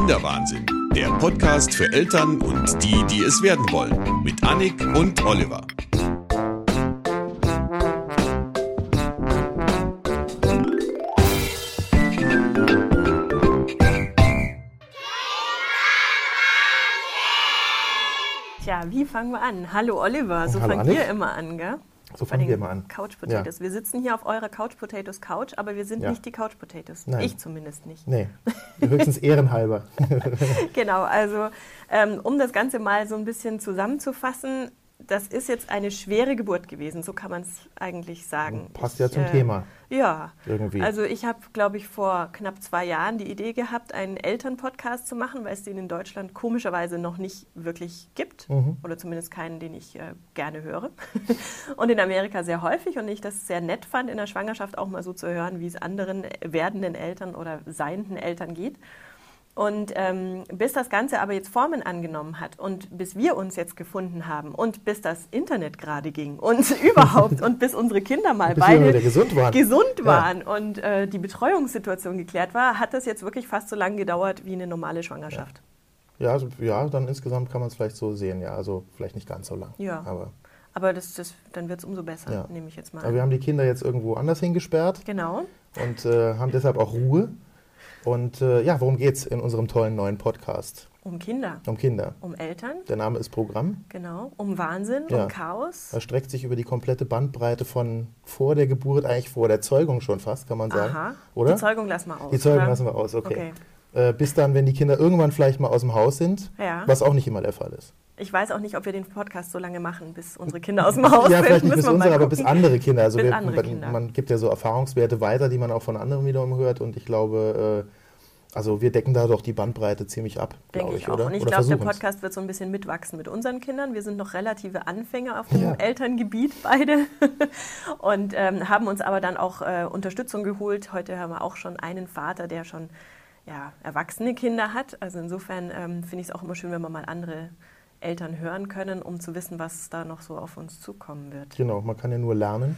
Kinderwahnsinn, der Podcast für Eltern und die, die es werden wollen, mit Annik und Oliver. Tja, wie fangen wir an? Hallo Oliver, so fangen wir immer an, gell? So fangen wir immer an. Couch Potatoes. Ja. Wir sitzen hier auf eurer Couch Potatoes Couch, aber wir sind nicht die Couch Potatoes. Nein. Ich zumindest nicht. Nee, höchstens ehrenhalber. Genau, also um das Ganze mal so ein bisschen zusammenzufassen, das ist jetzt eine schwere Geburt gewesen, so kann man es eigentlich sagen. Passt ja zum Thema. Ja, irgendwie. Also ich habe, glaube ich, vor knapp 2 Jahren die Idee gehabt, einen Elternpodcast zu machen, weil es den in Deutschland komischerweise noch nicht wirklich gibt. Oder zumindest keinen, den ich gerne höre. Und in Amerika sehr häufig und ich das sehr nett fand, in der Schwangerschaft auch mal so zu hören, wie es anderen werdenden Eltern oder seienden Eltern geht. Und bis das Ganze aber jetzt Formen angenommen hat und bis wir uns jetzt gefunden haben und bis das Internet gerade ging und überhaupt und bis unsere Kinder mal beide gesund waren und die Betreuungssituation geklärt war, hat das jetzt wirklich fast so lange gedauert wie eine normale Schwangerschaft. Ja, also, dann insgesamt kann man es vielleicht so sehen, ja, also vielleicht nicht ganz so lang. Ja, aber dann wird es umso besser, nehme ich jetzt mal an. Aber wir haben die Kinder jetzt irgendwo anders hingesperrt. Genau. Und haben deshalb auch Ruhe. Und worum geht's in unserem tollen neuen Podcast? Um Kinder. Um Kinder. Um Eltern. Der Name ist Programm. Genau. Um Wahnsinn, um Chaos. Er streckt sich über die komplette Bandbreite von vor der Geburt, eigentlich vor der Zeugung schon fast, kann man sagen. Aha. Oder? Die Zeugung lassen wir aus. Die Zeugung lassen wir aus, okay. Bis dann, wenn die Kinder irgendwann vielleicht mal aus dem Haus sind, was auch nicht immer der Fall ist. Ich weiß auch nicht, ob wir den Podcast so lange machen, bis unsere Kinder aus dem Haus sind. Ja, vielleicht nicht bis unsere, aber bis andere Kinder. Also Kinder. Man gibt ja so Erfahrungswerte weiter, die man auch von anderen wiederum hört. Und ich glaube, wir decken da doch die Bandbreite ziemlich ab, glaube ich, auch. Oder? Und ich glaube, der Podcast wird so ein bisschen mitwachsen mit unseren Kindern. Wir sind noch relative Anfänger auf dem Elterngebiet beide und haben uns aber dann auch Unterstützung geholt. Heute haben wir auch schon einen Vater, der schon erwachsene Kinder hat. Also insofern finde ich es auch immer schön, wenn wir mal andere Eltern hören können, um zu wissen, was da noch so auf uns zukommen wird. Genau, man kann ja nur lernen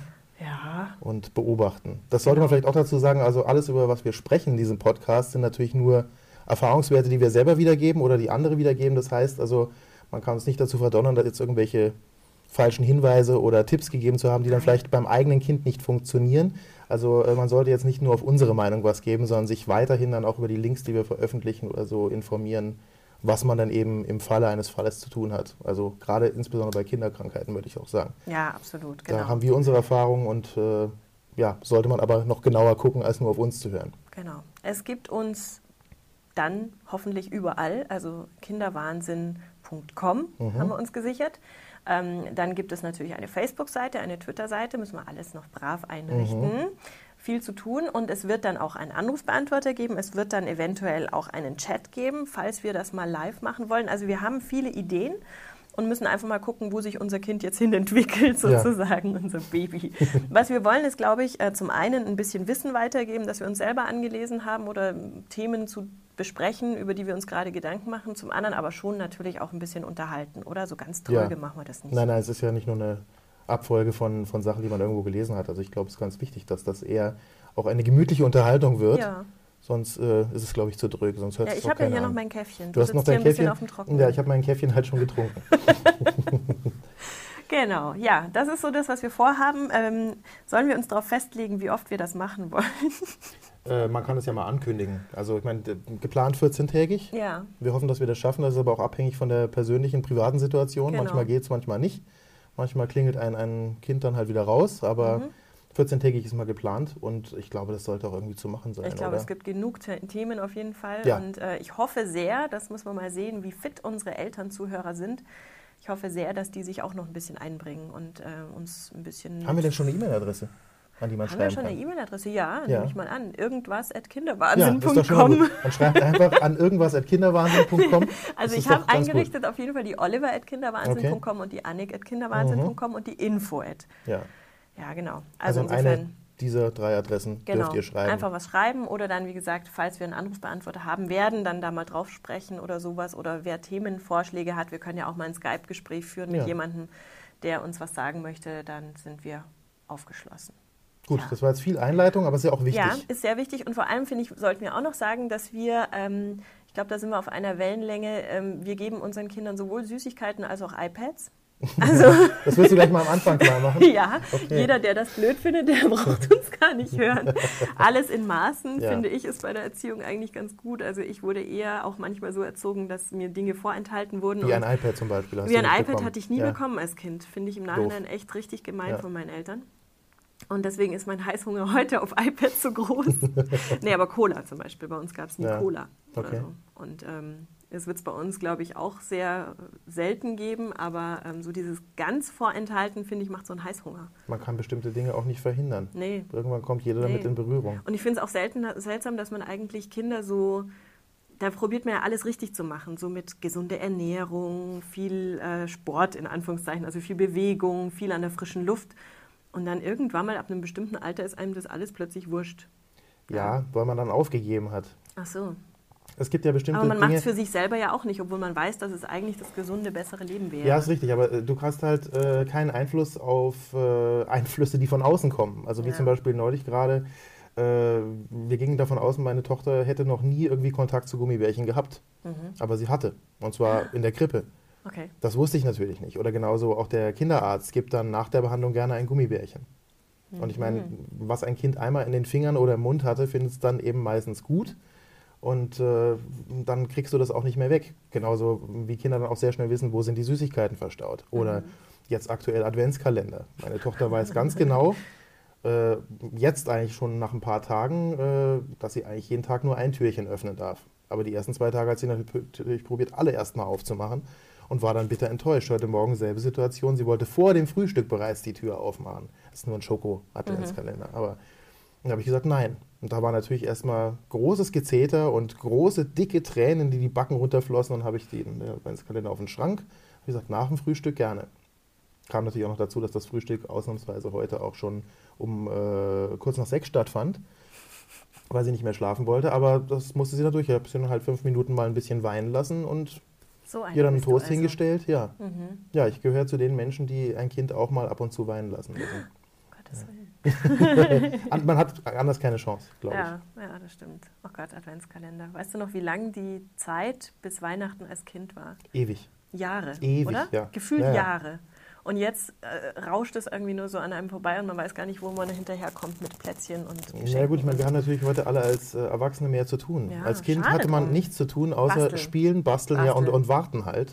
und beobachten. Das sollte man vielleicht auch dazu sagen, also alles, über was wir sprechen in diesem Podcast, sind natürlich nur Erfahrungswerte, die wir selber wiedergeben oder die andere wiedergeben. Das heißt, also man kann uns nicht dazu verdonnern, da jetzt irgendwelche falschen Hinweise oder Tipps gegeben zu haben, die dann vielleicht beim eigenen Kind nicht funktionieren. Also man sollte jetzt nicht nur auf unsere Meinung was geben, sondern sich weiterhin dann auch über die Links, die wir veröffentlichen oder so informieren, was man dann eben im Falle eines Falles zu tun hat. Also gerade insbesondere bei Kinderkrankheiten, würde ich auch sagen. Ja, absolut, genau. Da haben wir unsere Erfahrungen und sollte man aber noch genauer gucken, als nur auf uns zu hören. Genau. Es gibt uns dann hoffentlich überall, also kinderwahnsinn.com haben wir uns gesichert. Dann gibt es natürlich eine Facebook-Seite, eine Twitter-Seite, müssen wir alles noch brav einrichten. Viel zu tun und es wird dann auch einen Anrufbeantworter geben. Es wird dann eventuell auch einen Chat geben, falls wir das mal live machen wollen. Also wir haben viele Ideen und müssen einfach mal gucken, wo sich unser Kind jetzt hin entwickelt, sozusagen, unser Baby. Was wir wollen, ist, glaube ich, zum einen ein bisschen Wissen weitergeben, dass wir uns selber angelesen haben oder Themen zu besprechen, über die wir uns gerade Gedanken machen. Zum anderen aber schon natürlich auch ein bisschen unterhalten, oder? So ganz tröge machen wir das nicht. Nein, es ist ja nicht nur eine Abfolge von Sachen, die man irgendwo gelesen hat. Also ich glaube, es ist ganz wichtig, dass das eher auch eine gemütliche Unterhaltung wird. Ja. Sonst ist es, glaube ich, zu dröge. Sonst hört ich habe ja hier noch mein Käffchen. Du hast noch dein Käffchen? Auf dem Trockenen. Ja, ich habe mein Käffchen halt schon getrunken. Genau, ja, das ist so das, was wir vorhaben. Sollen wir uns darauf festlegen, wie oft wir das machen wollen? Man kann es ja mal ankündigen. Also ich meine, geplant 14-tägig. Ja. Wir hoffen, dass wir das schaffen. Das ist aber auch abhängig von der persönlichen, privaten Situation. Genau. Manchmal geht es, manchmal nicht. Manchmal klingelt ein Kind dann halt wieder raus, aber 14-tägig ist mal geplant und ich glaube, das sollte auch irgendwie zu machen sein. Ich glaube, es gibt genug Themen auf jeden Fall und ich hoffe sehr, das muss man mal sehen, wie fit unsere Elternzuhörer sind. Ich hoffe sehr, dass die sich auch noch ein bisschen einbringen und uns ein bisschen... Haben wir denn schon eine E-Mail-Adresse, an die man schreiben kann? Haben wir schon eine E-Mail-Adresse? Ja, nehme ich mal an. irgendwas@kinderwahnsinn.com. Ja, dann schreibt einfach an irgendwas@kinderwahnsinn.com. Also ich habe eingerichtet auf jeden Fall die Oliver@kinderwahnsinn.com und die Annik@kinderwahnsinn.com und die Info. Ja, genau. Also an eine dieser 3 Adressen dürft ihr schreiben. Einfach was schreiben oder dann, wie gesagt, falls wir einen Anrufbeantworter haben werden, dann da mal drauf sprechen oder sowas. Oder wer Themenvorschläge hat, wir können ja auch mal ein Skype-Gespräch führen mit jemandem, der uns was sagen möchte, dann sind wir aufgeschlossen. Gut, das war jetzt viel Einleitung, aber ist ja auch wichtig. Ja, ist sehr wichtig und vor allem, finde ich, sollten wir auch noch sagen, dass wir, ich glaube, da sind wir auf einer Wellenlänge. Wir geben unseren Kindern sowohl Süßigkeiten als auch iPads. Also das willst du gleich mal am Anfang klar machen? Ja, okay. Jeder, der das blöd findet, der braucht uns gar nicht hören. Alles in Maßen, finde ich, ist bei der Erziehung eigentlich ganz gut. Also ich wurde eher auch manchmal so erzogen, dass mir Dinge vorenthalten wurden. Wie ein iPad zum Beispiel. Wie ein iPad hatte ich nie bekommen als Kind. Finde ich im Nachhinein echt richtig gemein von meinen Eltern. Und deswegen ist mein Heißhunger heute auf iPad so groß. Nee, aber Cola zum Beispiel. Bei uns gab es nie Cola. Okay. So. Und es wird es bei uns, glaube ich, auch sehr selten geben. Aber so dieses ganz Vorenthalten, finde ich, macht so einen Heißhunger. Man kann bestimmte Dinge auch nicht verhindern. Nee. Irgendwann kommt jeder damit in Berührung. Und ich finde es auch seltsam, dass man eigentlich Kinder so... Da probiert man ja alles richtig zu machen, so mit gesunder Ernährung, viel Sport in Anführungszeichen, also viel Bewegung, viel an der frischen Luft. Und dann irgendwann mal ab einem bestimmten Alter ist einem das alles plötzlich wurscht. Ja, weil man dann aufgegeben hat. Ach so. Es gibt ja bestimmte Dinge... Aber man macht es Dinge, für sich selber ja auch nicht, obwohl man weiß, dass es eigentlich das gesunde, bessere Leben wäre. Ja, ist richtig, aber du hast halt keinen Einfluss auf Einflüsse, die von außen kommen. Also wie zum Beispiel neulich gerade, wir gingen davon aus, meine Tochter hätte noch nie irgendwie Kontakt zu Gummibärchen gehabt. Aber sie hatte, und zwar in der Krippe. Okay. Das wusste ich natürlich nicht. Oder genauso auch der Kinderarzt gibt dann nach der Behandlung gerne ein Gummibärchen. Und ich meine, was ein Kind einmal in den Fingern oder im Mund hatte, findet es dann eben meistens gut. Und dann kriegst du das auch nicht mehr weg. Genauso wie Kinder dann auch sehr schnell wissen, wo sind die Süßigkeiten verstaut. Oder jetzt aktuell Adventskalender. Meine Tochter weiß ganz genau, jetzt eigentlich schon nach ein paar Tagen, dass sie eigentlich jeden Tag nur ein Türchen öffnen darf. Aber die ersten 2 Tage hat sie natürlich probiert, alle erstmal aufzumachen. Und war dann bitter enttäuscht. Heute Morgen selbe Situation. Sie wollte vor dem Frühstück bereits die Tür aufmachen. Das ist nur ein Schoko-Adventskalender. Aber dann habe ich gesagt, nein. Und da war natürlich erstmal großes Gezeter und große, dicke Tränen, die Backen runterflossen. Und dann habe ich den Adventskalender auf den Schrank. Habe gesagt, nach dem Frühstück gerne. Kam natürlich auch noch dazu, dass das Frühstück ausnahmsweise heute auch schon um kurz nach 6 stattfand, weil sie nicht mehr schlafen wollte. Aber das musste sie dadurch. Ich habe sie dann halt 5 Minuten mal ein bisschen weinen lassen und ihr dann einen Toast hingestellt. Ja. Ja, ich gehöre zu den Menschen, die ein Kind auch mal ab und zu weinen lassen müssen. Gottes Willen. Man hat anders keine Chance, glaube ich. Ja, das stimmt. Oh Gott, Adventskalender. Weißt du noch, wie lang die Zeit bis Weihnachten als Kind war? Ewig. Jahre, Ewig, oder? Ja. Gefühlt Jahre. Und jetzt rauscht es irgendwie nur so an einem vorbei und man weiß gar nicht, wo man hinterherkommt mit Plätzchen und Geschenken. Ja gut, ich meine, wir haben natürlich heute alle als Erwachsene mehr zu tun. Ja, als Kind hatte man nichts zu tun, außer Spielen, Basteln. Ja, und warten halt.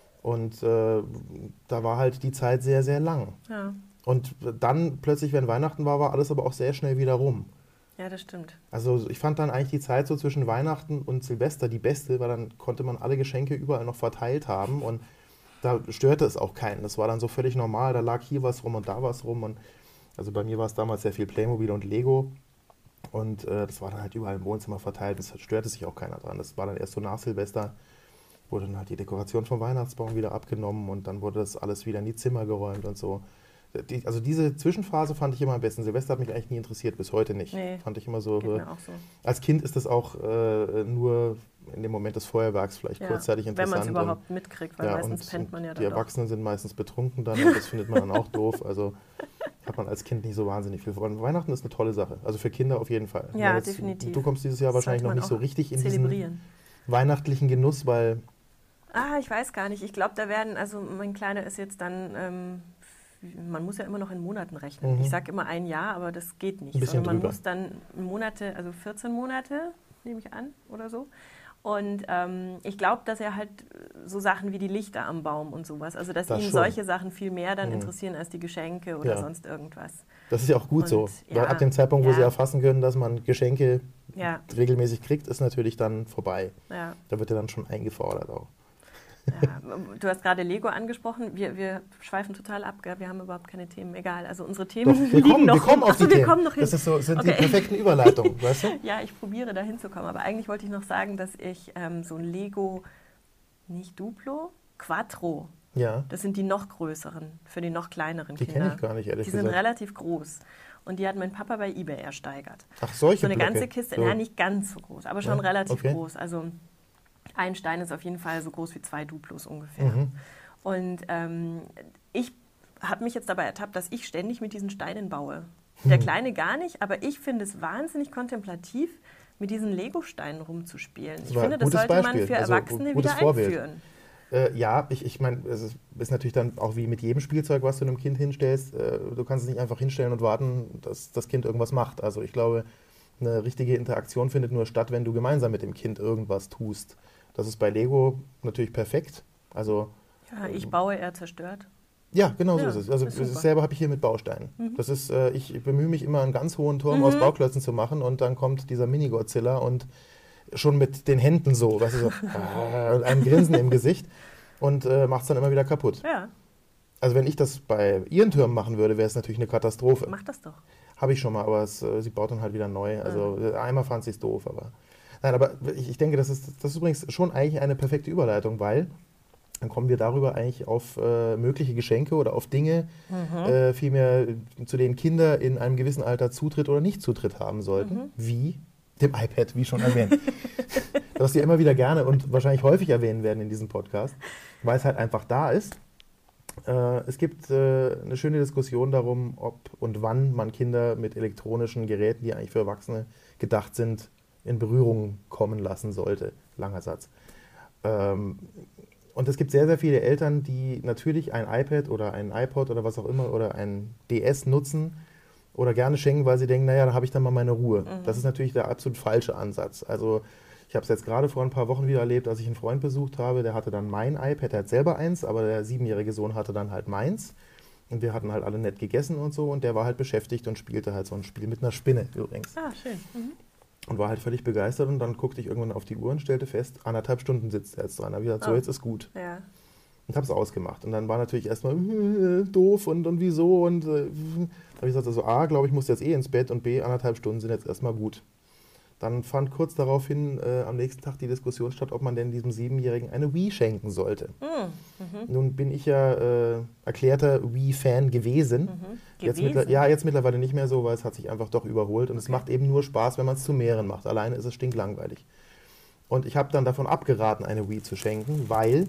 Und da war halt die Zeit sehr, sehr lang. Ja. Und dann plötzlich, wenn Weihnachten war alles aber auch sehr schnell wieder rum. Ja, das stimmt. Also ich fand dann eigentlich die Zeit so zwischen Weihnachten und Silvester die beste, weil dann konnte man alle Geschenke überall noch verteilt haben und da störte es auch keinen. Das war dann so völlig normal. Da lag hier was rum und da was rum. Und also bei mir war es damals sehr viel Playmobil und Lego. Und das war dann halt überall im Wohnzimmer verteilt. Das störte sich auch keiner dran. Das war dann erst so nach Silvester, wurde dann halt die Dekoration vom Weihnachtsbaum wieder abgenommen und dann wurde das alles wieder in die Zimmer geräumt und so. Also diese Zwischenphase fand ich immer am besten. Silvester hat mich eigentlich nie interessiert, bis heute nicht. Nee, fand ich immer so, geht mir auch so. Als Kind ist das auch nur in dem Moment des Feuerwerks vielleicht kurzzeitig interessant. Wenn man es überhaupt mitkriegt, weil meistens pennt man ja dann die Erwachsenen sind meistens betrunken dann und das findet man dann auch doof. Also hat man als Kind nicht so wahnsinnig viel vor. Weihnachten ist eine tolle Sache. Also für Kinder auf jeden Fall. Ja, jetzt, definitiv. Du kommst dieses Jahr wahrscheinlich noch nicht so richtig in diesen weihnachtlichen Genuss, weil... Ich weiß gar nicht. Ich glaube, da werden, also mein Kleiner ist jetzt dann... man muss ja immer noch in Monaten rechnen. Ich sage immer ein Jahr, aber das geht nicht. Sondern man muss dann Monate, also 14 Monate, nehme ich an, oder so. Und ich glaube, dass er halt so Sachen wie die Lichter am Baum und sowas, also dass ihn solche Sachen viel mehr dann interessieren als die Geschenke oder sonst irgendwas. Das ist ja auch gut so. Weil ab dem Zeitpunkt, wo sie erfassen können, dass man Geschenke regelmäßig kriegt, ist natürlich dann vorbei. Ja. Da wird er dann schon eingefordert auch. Ja, du hast gerade Lego angesprochen. Wir schweifen total ab, gell? Wir haben überhaupt keine Themen. Egal, also unsere Themen liegen noch. Wir kommen auf die Themen. Wir kommen noch hin. Das ist so, sind die perfekten Überleitungen, weißt du? Ja, ich probiere da hinzukommen. Aber eigentlich wollte ich noch sagen, dass ich so ein Lego, nicht Duplo, Quattro. Ja. Das sind die noch größeren, für die noch kleineren Kinder. Die kenne ich gar nicht, ehrlich gesagt. Die sind relativ groß. Und die hat mein Papa bei eBay ersteigert. Ach, solche So eine Blöcke. ganze Kiste, so. nicht ganz so groß, aber schon relativ groß. Also ein Stein ist auf jeden Fall so groß wie 2 Duplos ungefähr. Und ich habe mich jetzt dabei ertappt, dass ich ständig mit diesen Steinen baue. Der Kleine gar nicht, aber ich finde es wahnsinnig kontemplativ, mit diesen Lego-Steinen rumzuspielen. Ich war finde, ein das gutes sollte man Beispiel. für Also, Erwachsene gutes wieder Vorbild. einführen. Ja, ich meine, es ist natürlich dann auch wie mit jedem Spielzeug, was du einem Kind hinstellst. Du kannst es nicht einfach hinstellen und warten, dass das Kind irgendwas macht. Also ich glaube, eine richtige Interaktion findet nur statt, wenn du gemeinsam mit dem Kind irgendwas tust. Das ist bei Lego natürlich perfekt. Also, Ja, ich baue, er zerstört. ja, genau so Ja, ist es. Also ist super. dasselbe habe ich hier mit Bausteinen. Das ist, ich bemühe mich immer, einen ganz hohen Turm aus Bauklötzen zu machen und dann kommt dieser Mini-Godzilla und schon mit den Händen so, weißt du, so und einem Grinsen im Gesicht und macht es dann immer wieder kaputt. Ja, Also wenn ich das bei ihren Türmen machen würde, wäre es natürlich eine Katastrophe. mach das doch. Habe ich schon mal, aber sie baut dann halt wieder neu. Also einmal fand sie es doof, aber nein, aber ich denke, das ist übrigens schon eigentlich eine perfekte Überleitung, weil dann kommen wir darüber eigentlich auf mögliche Geschenke oder auf Dinge, vielmehr zu denen Kinder in einem gewissen Alter Zutritt oder nicht Zutritt haben sollten, wie dem iPad, wie schon erwähnt. Das wir immer wieder gerne und wahrscheinlich häufig erwähnen werden in diesem Podcast, weil es halt einfach da ist. Es gibt eine schöne Diskussion darum, ob und wann man Kinder mit elektronischen Geräten, die eigentlich für Erwachsene gedacht sind, in Berührung kommen lassen sollte. Langer Satz. Und es gibt sehr, sehr viele Eltern, die natürlich ein iPad oder ein iPod oder was auch immer oder ein DS nutzen oder gerne schenken, weil sie denken, naja, da habe ich dann mal meine Ruhe. Das ist natürlich der absolut falsche Ansatz. Also ich habe es jetzt gerade vor ein paar Wochen wieder erlebt, als ich einen Freund besucht habe, der hatte dann mein iPad, der hat selber eins, aber der 7-jährige Sohn hatte dann halt meins. Und wir hatten halt alle nett gegessen und so und der war halt beschäftigt und spielte halt so ein Spiel mit einer Spinne übrigens. Ah, schön. Und war halt völlig begeistert und dann guckte ich irgendwann auf die Uhr und stellte fest, 1,5 Stunden sitzt er jetzt dran. Da habe ich gesagt, so, jetzt ist gut. Ja. Und habe es ausgemacht. Und dann war natürlich erstmal doof und wieso. Und da habe ich gesagt, also A, glaube ich, muss jetzt ins Bett und B, 1,5 Stunden sind jetzt erstmal gut. Dann fand kurz daraufhin am nächsten Tag die Diskussion statt, ob man denn diesem 7-Jährigen eine Wii schenken sollte. Nun bin ich ja erklärter Wii-Fan gewesen. Jetzt mittlerweile nicht mehr so, weil es hat sich einfach doch überholt. Und es macht eben nur Spaß, wenn man es zu mehreren macht. Alleine ist es stinklangweilig. Und ich habe dann davon abgeraten, eine Wii zu schenken, weil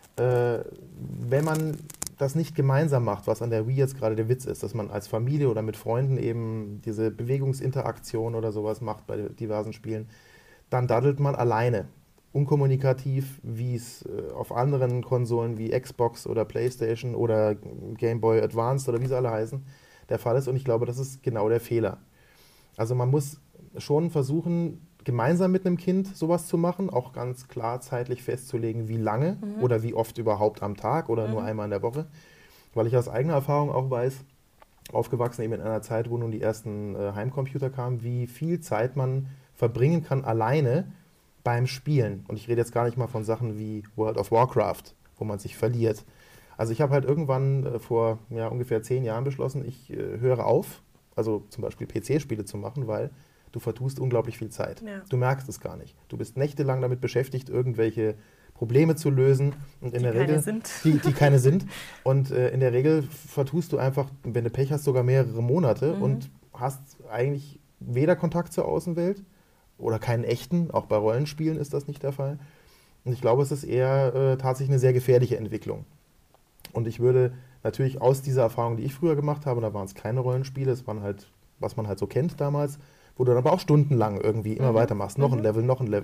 wenn man das nicht gemeinsam macht, was an der Wii jetzt gerade der Witz ist, dass man als Familie oder mit Freunden eben diese Bewegungsinteraktion oder sowas macht bei diversen Spielen, dann daddelt man alleine. Unkommunikativ, wie es auf anderen Konsolen wie Xbox oder Playstation oder Game Boy Advanced oder wie sie alle heißen, der Fall ist. Und ich glaube, das ist genau der Fehler. Also man muss schon versuchen, gemeinsam mit einem Kind sowas zu machen, auch ganz klar zeitlich festzulegen, wie lange oder wie oft überhaupt am Tag oder nur einmal in der Woche. Weil ich aus eigener Erfahrung auch weiß, aufgewachsen eben in einer Zeit, wo nun die ersten Heimcomputer kamen, wie viel Zeit man verbringen kann alleine beim Spielen. Und ich rede jetzt gar nicht mal von Sachen wie World of Warcraft, wo man sich verliert. Also ich habe halt irgendwann vor ungefähr 10 Jahren beschlossen, ich höre auf, also zum Beispiel PC-Spiele zu machen, weil du vertust unglaublich viel Zeit. Ja. Du merkst es gar nicht. Du bist nächtelang damit beschäftigt, irgendwelche Probleme zu lösen. Und die keine sind. Und in der Regel vertust du einfach, wenn du Pech hast, sogar mehrere Monate und hast eigentlich weder Kontakt zur Außenwelt oder keinen echten. Auch bei Rollenspielen ist das nicht der Fall. Und ich glaube, es ist eher tatsächlich eine sehr gefährliche Entwicklung. Und ich würde natürlich aus dieser Erfahrung, die ich früher gemacht habe, da waren es kleine Rollenspiele, es waren halt, was man halt so kennt damals, wo du dann aber auch stundenlang irgendwie immer weitermachst, noch ein Level.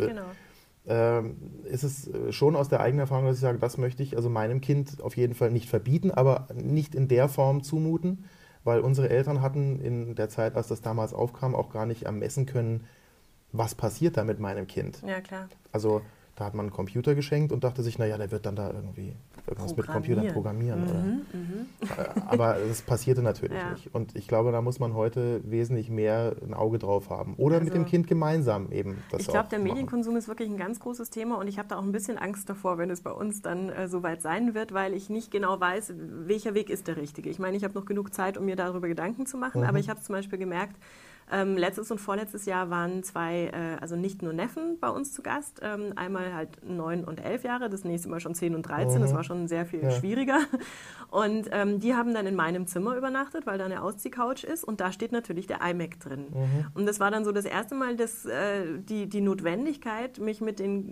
Genau. Ist es schon aus der eigenen Erfahrung, dass ich sage, das möchte ich also meinem Kind auf jeden Fall nicht verbieten, aber nicht in der Form zumuten, weil unsere Eltern hatten in der Zeit, als das damals aufkam, auch gar nicht ermessen können, was passiert da mit meinem Kind. Ja, klar. Also da hat man einen Computer geschenkt und dachte sich, naja, der wird dann da irgendwie irgendwas mit Computern programmieren. Aber das passierte natürlich nicht. Und ich glaube, da muss man heute wesentlich mehr ein Auge drauf haben. Oder mit dem Kind gemeinsam eben das. Ich glaube, der Medienkonsum ist wirklich ein ganz großes Thema und ich habe da auch ein bisschen Angst davor, wenn es bei uns dann soweit sein wird, weil ich nicht genau weiß, welcher Weg ist der richtige. Ich meine, ich habe noch genug Zeit, um mir darüber Gedanken zu machen, aber ich habe zum Beispiel gemerkt, letztes und vorletztes Jahr waren 2, also nicht nur Neffen bei uns zu Gast, einmal halt 9 und 11 Jahre, das nächste Mal schon 10 und 13, das war schon sehr viel schwieriger. Und die haben dann in meinem Zimmer übernachtet, weil da eine Ausziehcouch ist und da steht natürlich der iMac drin. Und das war dann so das erste Mal, dass die Notwendigkeit, mich mit den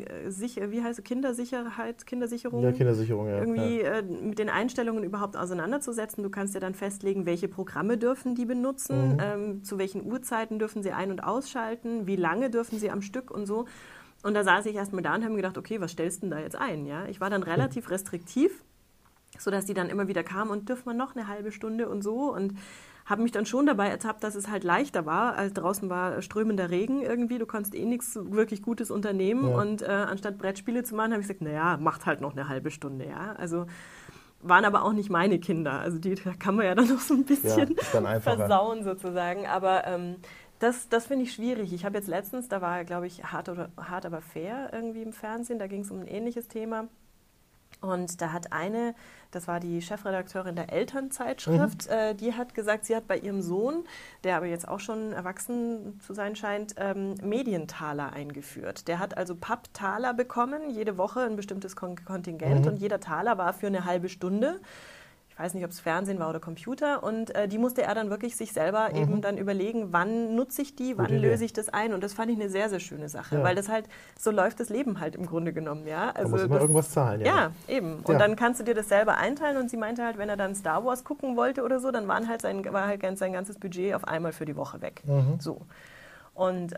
Kindersicherung, irgendwie mit den Einstellungen überhaupt auseinanderzusetzen. Du kannst ja dann festlegen, welche Programme dürfen die benutzen, zu welchen Uhrzeiten Uhrzeiten dürfen sie ein- und ausschalten, wie lange dürfen sie am Stück und so. Und da saß ich erstmal da und habe mir gedacht, okay, was stellst du denn da jetzt ein? Ja? Ich war dann relativ restriktiv, sodass die dann immer wieder kamen und dürfen wir noch eine halbe Stunde und so. Und habe mich dann schon dabei ertappt, dass es halt leichter war, als draußen war strömender Regen irgendwie. Du konntest eh nichts wirklich Gutes unternehmen. Ja. Und anstatt Brettspiele zu machen, habe ich gesagt, naja, macht halt noch eine halbe Stunde. Ja? Also waren aber auch nicht meine Kinder. Also da kann man ja dann noch so ein bisschen versauen sozusagen. Aber das finde ich schwierig. Ich habe jetzt letztens, da war, glaube ich, hart aber fair irgendwie im Fernsehen. Da ging es um ein ähnliches Thema. Und da hat das war die Chefredakteurin der Elternzeitschrift, die hat gesagt, sie hat bei ihrem Sohn, der aber jetzt auch schon erwachsen zu sein scheint, Medientaler eingeführt. Der hat also Papptaler bekommen, jede Woche ein bestimmtes Kontingent und jeder Taler war für eine halbe Stunde. Ich weiß nicht, ob es Fernsehen war oder Computer, und die musste er dann wirklich sich selber eben dann überlegen, wann nutze ich die, wann löse ich das ein, und das fand ich eine sehr, sehr schöne Sache, weil das halt, so läuft das Leben halt im Grunde genommen, ja. Also da muss immer irgendwas zahlen, ja. Ja, eben. Und dann kannst du dir das selber einteilen, und sie meinte halt, wenn er dann Star Wars gucken wollte oder so, dann war halt sein ganzes Budget auf einmal für die Woche weg. So. Und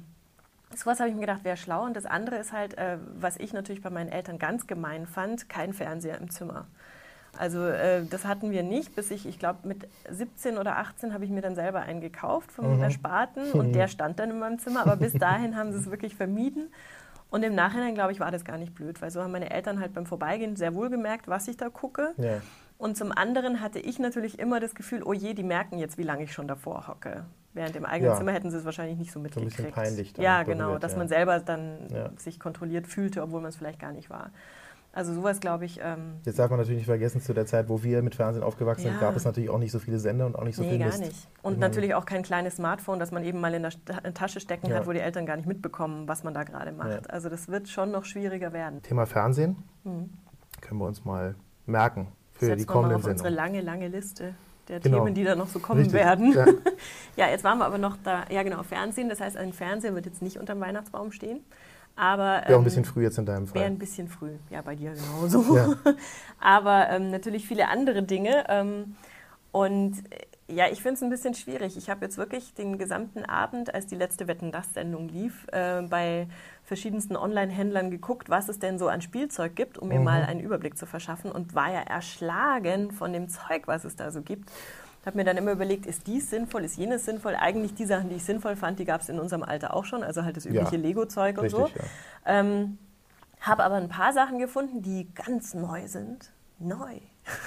sowas habe ich mir gedacht, wäre schlau, und das andere ist halt, was ich natürlich bei meinen Eltern ganz gemein fand, kein Fernseher im Zimmer. Also das hatten wir nicht, bis ich glaube mit 17 oder 18 habe ich mir dann selber einen gekauft vom Ersparten und der stand dann in meinem Zimmer, aber bis dahin haben sie es wirklich vermieden. Und im Nachhinein, glaube ich, war das gar nicht blöd, weil so haben meine Eltern halt beim Vorbeigehen sehr wohl gemerkt, was ich da gucke. Ja. Und zum anderen hatte ich natürlich immer das Gefühl, oh je, die merken jetzt, wie lange ich schon davor hocke. Während im eigenen Zimmer hätten sie es wahrscheinlich nicht so mitgekriegt. So ein bisschen peinlich dann. Ja, genau, dass man selber dann sich kontrolliert fühlte, obwohl man es vielleicht gar nicht war. Also sowas, glaube ich... Jetzt darf man natürlich nicht vergessen, zu der Zeit, wo wir mit Fernsehen aufgewachsen sind, gab es natürlich auch nicht so viele Sender und auch nicht so viel Mist. Nee, gar nicht. Und natürlich auch kein kleines Smartphone, das man eben mal in der Tasche stecken hat, wo die Eltern gar nicht mitbekommen, was man da gerade macht. Ja. Also das wird schon noch schwieriger werden. Thema Fernsehen können wir uns mal merken für die kommenden Sendungen. Unsere lange, lange Liste der Themen, die da noch so kommen werden. Ja. Ja, jetzt waren wir aber noch da, ja genau, Fernsehen. Das heißt, ein Fernseher wird jetzt nicht unter dem Weihnachtsbaum stehen. Aber wäre auch ein bisschen früh jetzt in deinem Fall. Wäre ein bisschen früh, ja, bei dir genauso. Ja. Aber natürlich viele andere Dinge. Und ja, ich finde es ein bisschen schwierig. Ich habe jetzt wirklich den gesamten Abend, als die letzte Wetten-dass-Sendung lief, bei verschiedensten Online-Händlern geguckt, was es denn so an Spielzeug gibt, um mir mal einen Überblick zu verschaffen, und war ja erschlagen von dem Zeug, was es da so gibt. Ich habe mir dann immer überlegt, ist dies sinnvoll, ist jenes sinnvoll? Eigentlich die Sachen, die ich sinnvoll fand, die gab es in unserem Alter auch schon, also halt das übliche Lego-Zeug und so. Ja. Habe aber ein paar Sachen gefunden, die ganz neu sind. Neu.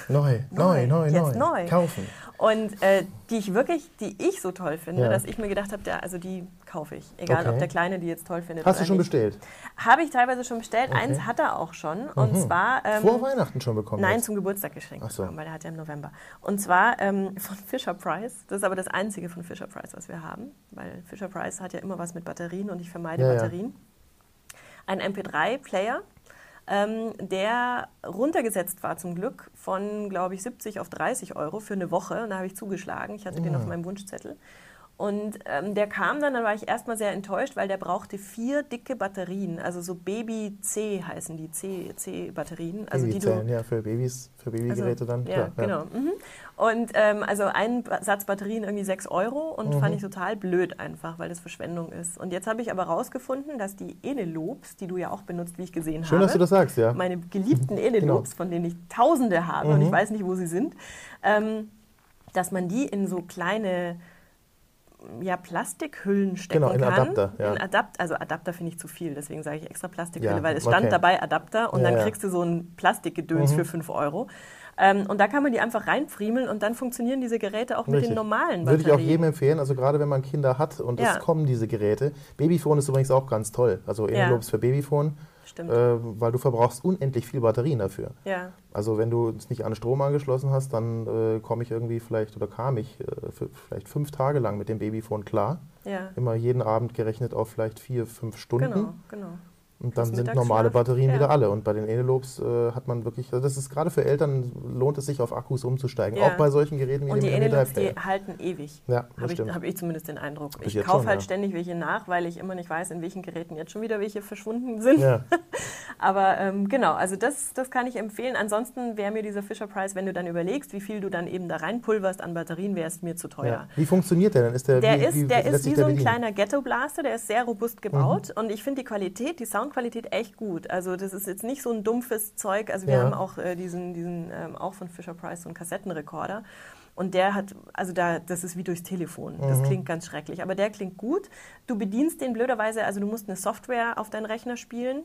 Kaufen. Und die ich so toll finde, dass ich mir gedacht habe, die kaufe ich. Egal, ob der Kleine die jetzt toll findet. Hast du schon bestellt? Habe ich teilweise schon bestellt. Okay. Eins hat er auch schon. Und zwar... vor Weihnachten schon bekommen? Nein, zum Geburtstag geschenkt bekommen, weil er hat ja im November. Und zwar von Fisher-Price. Das ist aber das einzige von Fisher-Price, was wir haben. Weil Fisher-Price hat ja immer was mit Batterien und ich vermeide Batterien. Ein MP3-Player. Der runtergesetzt war zum Glück von, glaube ich, 70 auf 30 € für eine Woche. Und da habe ich zugeschlagen. Ich hatte den auf meinem Wunschzettel. Und der kam dann war ich erstmal sehr enttäuscht, weil der brauchte 4 dicke Batterien. Also so Baby-C heißen die, C-Batterien. Also Babyzellen, für Babygeräte dann. Ja, genau. Und also ein Satz Batterien irgendwie 6 € und fand ich total blöd einfach, weil das Verschwendung ist. Und jetzt habe ich aber rausgefunden, dass die Enelobes, die du ja auch benutzt, wie ich gesehen habe. Schön, dass du das sagst, ja. Meine geliebten Enelobes, von denen ich Tausende habe und ich weiß nicht, wo sie sind, dass man die in so kleine... Plastikhüllen stecken kann. Adapter. Ja. Also Adapter finde ich zu viel, deswegen sage ich extra Plastikhülle, weil es stand dabei Adapter und dann kriegst du so ein Plastikgedöns für 5 €. Und da kann man die einfach reinfriemeln und dann funktionionieren diese Geräte auch mit den normalen Batterien. Würde ich auch jedem empfehlen, also gerade wenn man Kinder hat und es kommen diese Geräte. Babyphone ist übrigens auch ganz toll, also Enelobes für Babyphone. Stimmt. Weil du verbrauchst unendlich viel Batterien dafür. Ja. Also wenn du es nicht an Strom angeschlossen hast, dann kam ich vielleicht 5 Tage lang mit dem Babyphone klar. Ja. Immer jeden Abend gerechnet auf vielleicht 4-5 Stunden. Genau. Und dann sind normale Batterien wieder alle. Und bei den Enelobes hat man wirklich, also das ist gerade für Eltern, lohnt es sich auf Akkus umzusteigen. Auch bei solchen Geräten wie dem MP3-Player. Und die Enelobes, die halten ewig. Ja, habe ich zumindest den Eindruck. Ich kaufe halt ständig welche nach, weil ich immer nicht weiß, in welchen Geräten jetzt schon wieder welche verschwunden sind. Ja. Aber genau, also das kann ich empfehlen. Ansonsten wäre mir dieser Fisher-Price, wenn du dann überlegst, wie viel du dann eben da reinpulverst an Batterien, wäre es mir zu teuer. Ja. Wie funktioniert der denn? Ist der ist wie so ein kleiner Ghetto-Blaster, der ist sehr robust gebaut und ich finde die Soundqualität echt gut. Also das ist jetzt nicht so ein dumpfes Zeug. Also wir haben auch diesen auch von Fisher-Price, so einen Kassettenrekorder. Und der hat, das ist wie durchs Telefon. Das klingt ganz schrecklich, aber der klingt gut. Du bedienst den blöderweise, also du musst eine Software auf deinen Rechner spielen,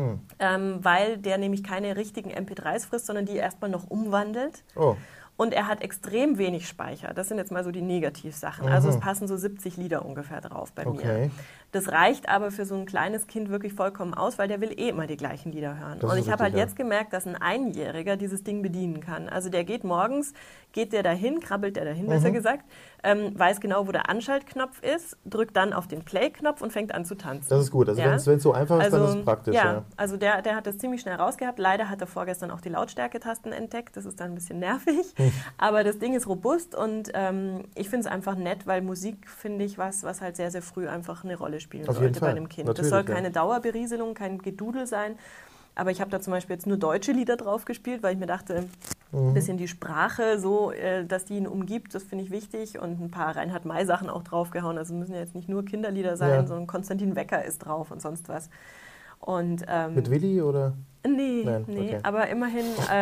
weil der nämlich keine richtigen MP3s frisst, sondern die erstmal noch umwandelt. Oh. Und er hat extrem wenig Speicher. Das sind jetzt mal so die Negativsachen. Also es passen so 70 Lieder ungefähr drauf bei mir. Das reicht aber für so ein kleines Kind wirklich vollkommen aus, weil der will immer die gleichen Lieder hören. Und ich habe halt jetzt gemerkt, dass ein Einjähriger dieses Ding bedienen kann. Also der geht morgens, krabbelt der dahin, besser gesagt, weiß genau, wo der Anschaltknopf ist, drückt dann auf den Play-Knopf und fängt an zu tanzen. Das ist gut. Also wenn es so einfach ist, dann ist es praktisch. Ja, also der hat das ziemlich schnell rausgehabt. Leider hat er vorgestern auch die Lautstärketasten entdeckt. Das ist dann ein bisschen nervig. Aber das Ding ist robust und ich finde es einfach nett, weil Musik, finde ich, was halt sehr, sehr früh einfach eine Rolle spielen sollte bei einem Kind. Das soll keine Dauerberieselung, kein Gedudel sein. Aber ich habe da zum Beispiel jetzt nur deutsche Lieder drauf gespielt, weil ich mir dachte, ein bisschen die Sprache so, dass die ihn umgibt, das finde ich wichtig. Und ein paar Reinhard-May-Sachen auch draufgehauen. Also müssen ja jetzt nicht nur Kinderlieder sein, sondern Konstantin Wecker ist drauf und sonst was. Und, mit Willi oder? Nee, okay. Aber immerhin...